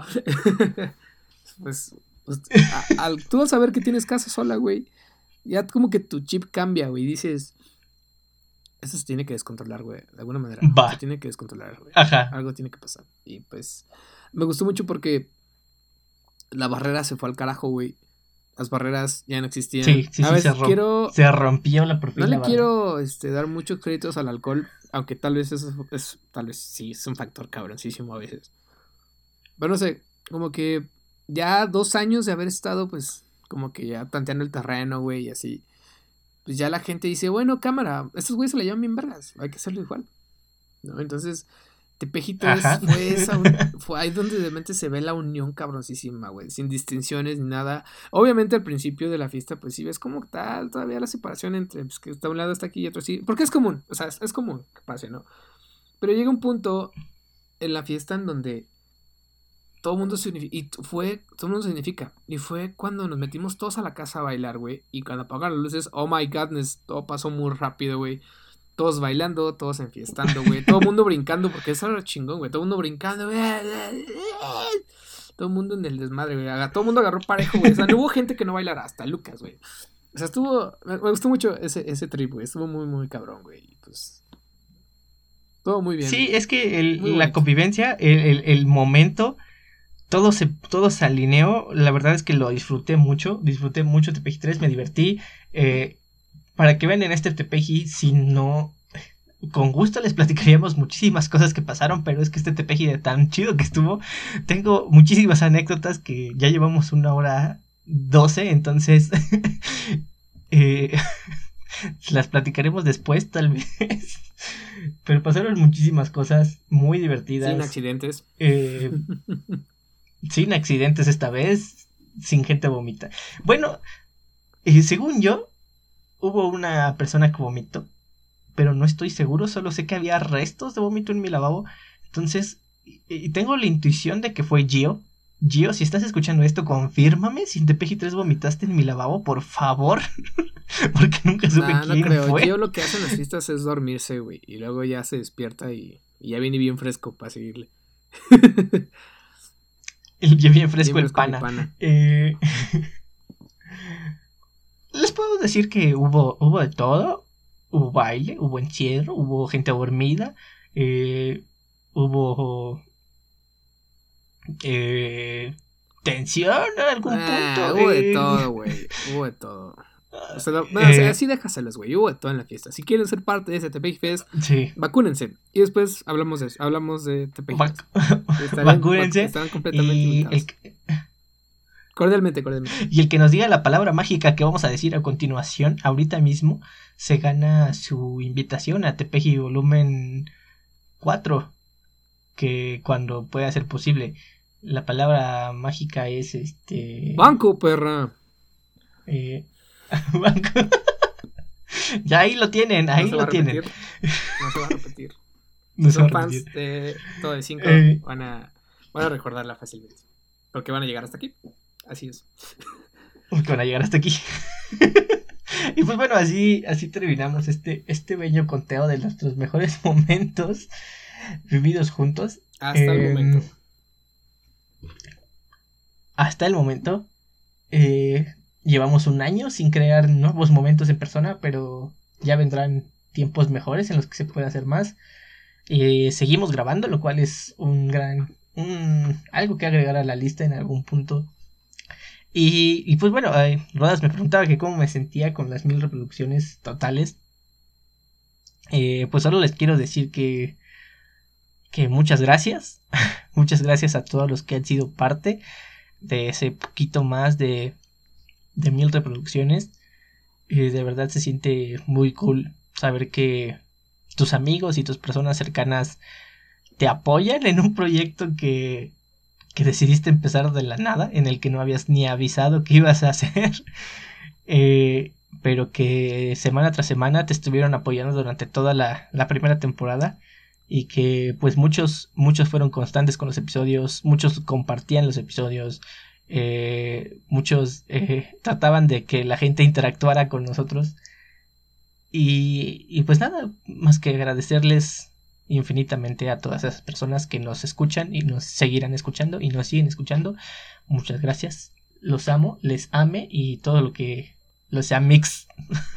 Pues, pues a, al tú al saber que tienes casa sola, güey, ya como que tu chip cambia, güey. Dices, eso se tiene que descontrolar, güey. De alguna manera. Va. Se tiene que descontrolar, güey. Ajá. Algo tiene que pasar. Y pues, me gustó mucho porque la barrera se fue al carajo, güey. Las barreras ya no existían. Sí, sí, a sí, veces se, romp quiero... se rompió la por fin No la le barrera. quiero este, dar muchos créditos al alcohol, aunque tal vez eso es, es, tal vez sí, es un factor cabroncísimo a veces. Pero no sé, como que ya dos años de haber estado, pues, como que ya tanteando el terreno, güey, y así. Pues ya la gente dice, bueno, cámara, estos güeyes se la llevan bien vergas, hay que hacerlo igual, ¿no? Entonces, Tepejito es, fue esa, fue ahí donde realmente se ve la unión cabroncísima, güey, sin distinciones ni nada. Obviamente al principio de la fiesta, pues sí ves como tal, todavía la separación entre, pues que está un lado está aquí y otro así, porque es común, o sea, es, es común que pase, ¿no? Pero llega un punto en la fiesta en donde todo el mundo se unifica, y fue, todo el mundo se unifica, y fue cuando nos metimos todos a la casa a bailar, güey, y cuando apagaron las luces, oh my godness, todo pasó muy rápido, güey. Todos bailando, todos enfiestando, güey. Todo el mundo brincando, porque eso era chingón, güey. Todo el mundo brincando, güey. Todo el mundo en el desmadre, güey. Todo el mundo agarró parejo, güey. O sea, no hubo gente que no bailara, hasta Lucas, güey. O sea, estuvo... Me, me gustó mucho ese, ese trip, güey. Estuvo muy, muy cabrón, güey. Pues... Todo muy bien. Sí, es que el, la convivencia, el, el, el momento... Todo se, todo se alineó. La verdad es que lo disfruté mucho. Disfruté mucho Tepeji tres, me divertí. Eh... Para que vean en este Tepeji, si no... Con gusto les platicaríamos muchísimas cosas que pasaron, pero es que este Tepeji de tan chido que estuvo, tengo muchísimas anécdotas que ya llevamos una hora doce, entonces eh, las platicaremos después tal vez. Pero pasaron muchísimas cosas muy divertidas. Sin accidentes. Eh, sin accidentes esta vez, sin gente vomita. Bueno, eh, según yo... Hubo una persona que vomitó, pero no estoy seguro, solo sé que había restos de vómito en mi lavabo. Entonces, y tengo la intuición de que fue Gio. Gio, si estás escuchando esto, confírmame si en Tepeji tres vomitaste en mi lavabo, por favor. Porque nunca supe nah, quién no creo. fue. Gio lo que hace en las fiestas es dormirse, güey, y luego ya se despierta y, y ya viene bien fresco para seguirle. Ya bien fresco, bien el fresco pana. pana. Eh... Les puedo decir que hubo, hubo de todo. Hubo baile, hubo encierro, hubo gente dormida, eh, hubo eh, tensión en algún ah, punto. Hubo eh. de todo, güey. Hubo de todo. O sea, no, no, o sea, así déjaselos, güey. Hubo de todo en la fiesta. Si quieren ser parte de ese Tepeji Fest, sí. Vacúnense. Y después hablamos de eso. Hablamos de Tepeji Fest. Vac vacúnense. Estarán completamente y invitados. El... Cordialmente, cordialmente. Y el que nos diga la palabra mágica que vamos a decir a continuación, ahorita mismo, se gana su invitación a Tepeji Volumen cuatro. Que cuando pueda ser posible. La palabra mágica es este... Banco, perra. Eh... Banco. Ya ahí lo tienen, ahí no lo tienen. No se va a repetir. No si son se fans repetir. de todo de cinco, eh... van, a, van a recordarla fácilmente. Porque van a llegar hasta aquí. Así es. Porque van a llegar hasta aquí. Y pues bueno, así, así terminamos este, este bello conteo de nuestros mejores momentos vividos juntos. Hasta eh, el momento. Hasta el momento. Eh, llevamos un año sin crear nuevos momentos en persona, pero ya vendrán tiempos mejores en los que se puede hacer más. Eh, seguimos grabando, lo cual es un gran... Un, algo que agregar a la lista en algún punto. Y, y pues bueno, eh, Rodas me preguntaba que cómo me sentía con las mil reproducciones totales. Eh, pues solo les quiero decir que, que muchas gracias. Muchas gracias a todos los que han sido parte de ese poquito más de, de mil reproducciones. Y de verdad se siente muy cool saber que, tus amigos y tus personas cercanas te apoyan en un proyecto que, que decidiste empezar de la nada, en el que no habías ni avisado que ibas a hacer, eh, pero que semana tras semana te estuvieron apoyando durante toda la, la primera temporada, y que pues muchos, muchos fueron constantes con los episodios, muchos compartían los episodios, eh, muchos eh, trataban de que la gente interactuara con nosotros, y, y pues nada, más que agradecerles infinitamente a todas esas personas que nos escuchan y nos seguirán escuchando y nos siguen escuchando. Muchas gracias, los amo, les ame y todo lo que lo sea mix.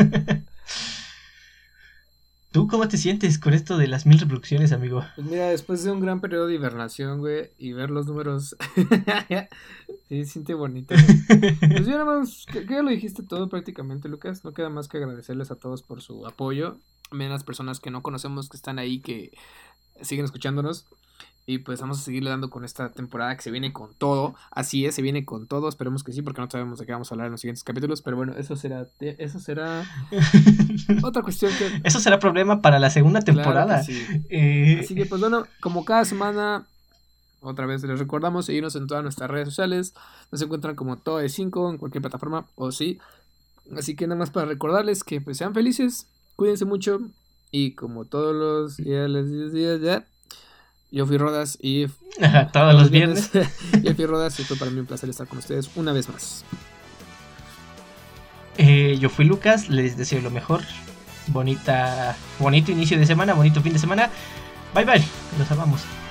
¿Tú cómo te sientes con esto de las mil reproducciones, amigo? Pues mira, después de un gran periodo de hibernación, güey, y ver los números, sí, se siente bonito, güey. Pues ya nada más, que, que ya lo dijiste todo prácticamente, Lucas. No queda más que agradecerles a todos por su apoyo. También a las personas que no conocemos, que están ahí, que siguen escuchándonos. Y pues vamos a seguirle dando con esta temporada que se viene con todo. Así es, se viene con todo. Esperemos que sí, porque no sabemos de qué vamos a hablar en los siguientes capítulos. Pero bueno, eso será eso será otra cuestión que... Eso será problema para la segunda temporada. Claro que sí. eh... Así que pues bueno, como cada semana, otra vez les recordamos seguirnos en todas nuestras redes sociales. Nos encuentran como todo de cinco en cualquier plataforma, o sí. Así que nada más para recordarles que pues sean felices, cuídense mucho. Y como todos los días les decía ya, yo fui Rodas y... Ajá, todos los viernes. Yo fui Rodas y fue para mí un placer estar con ustedes una vez más. Eh, yo fui Lucas, les deseo lo mejor. Bonita, bonito inicio de semana, bonito fin de semana. Bye bye, los amamos.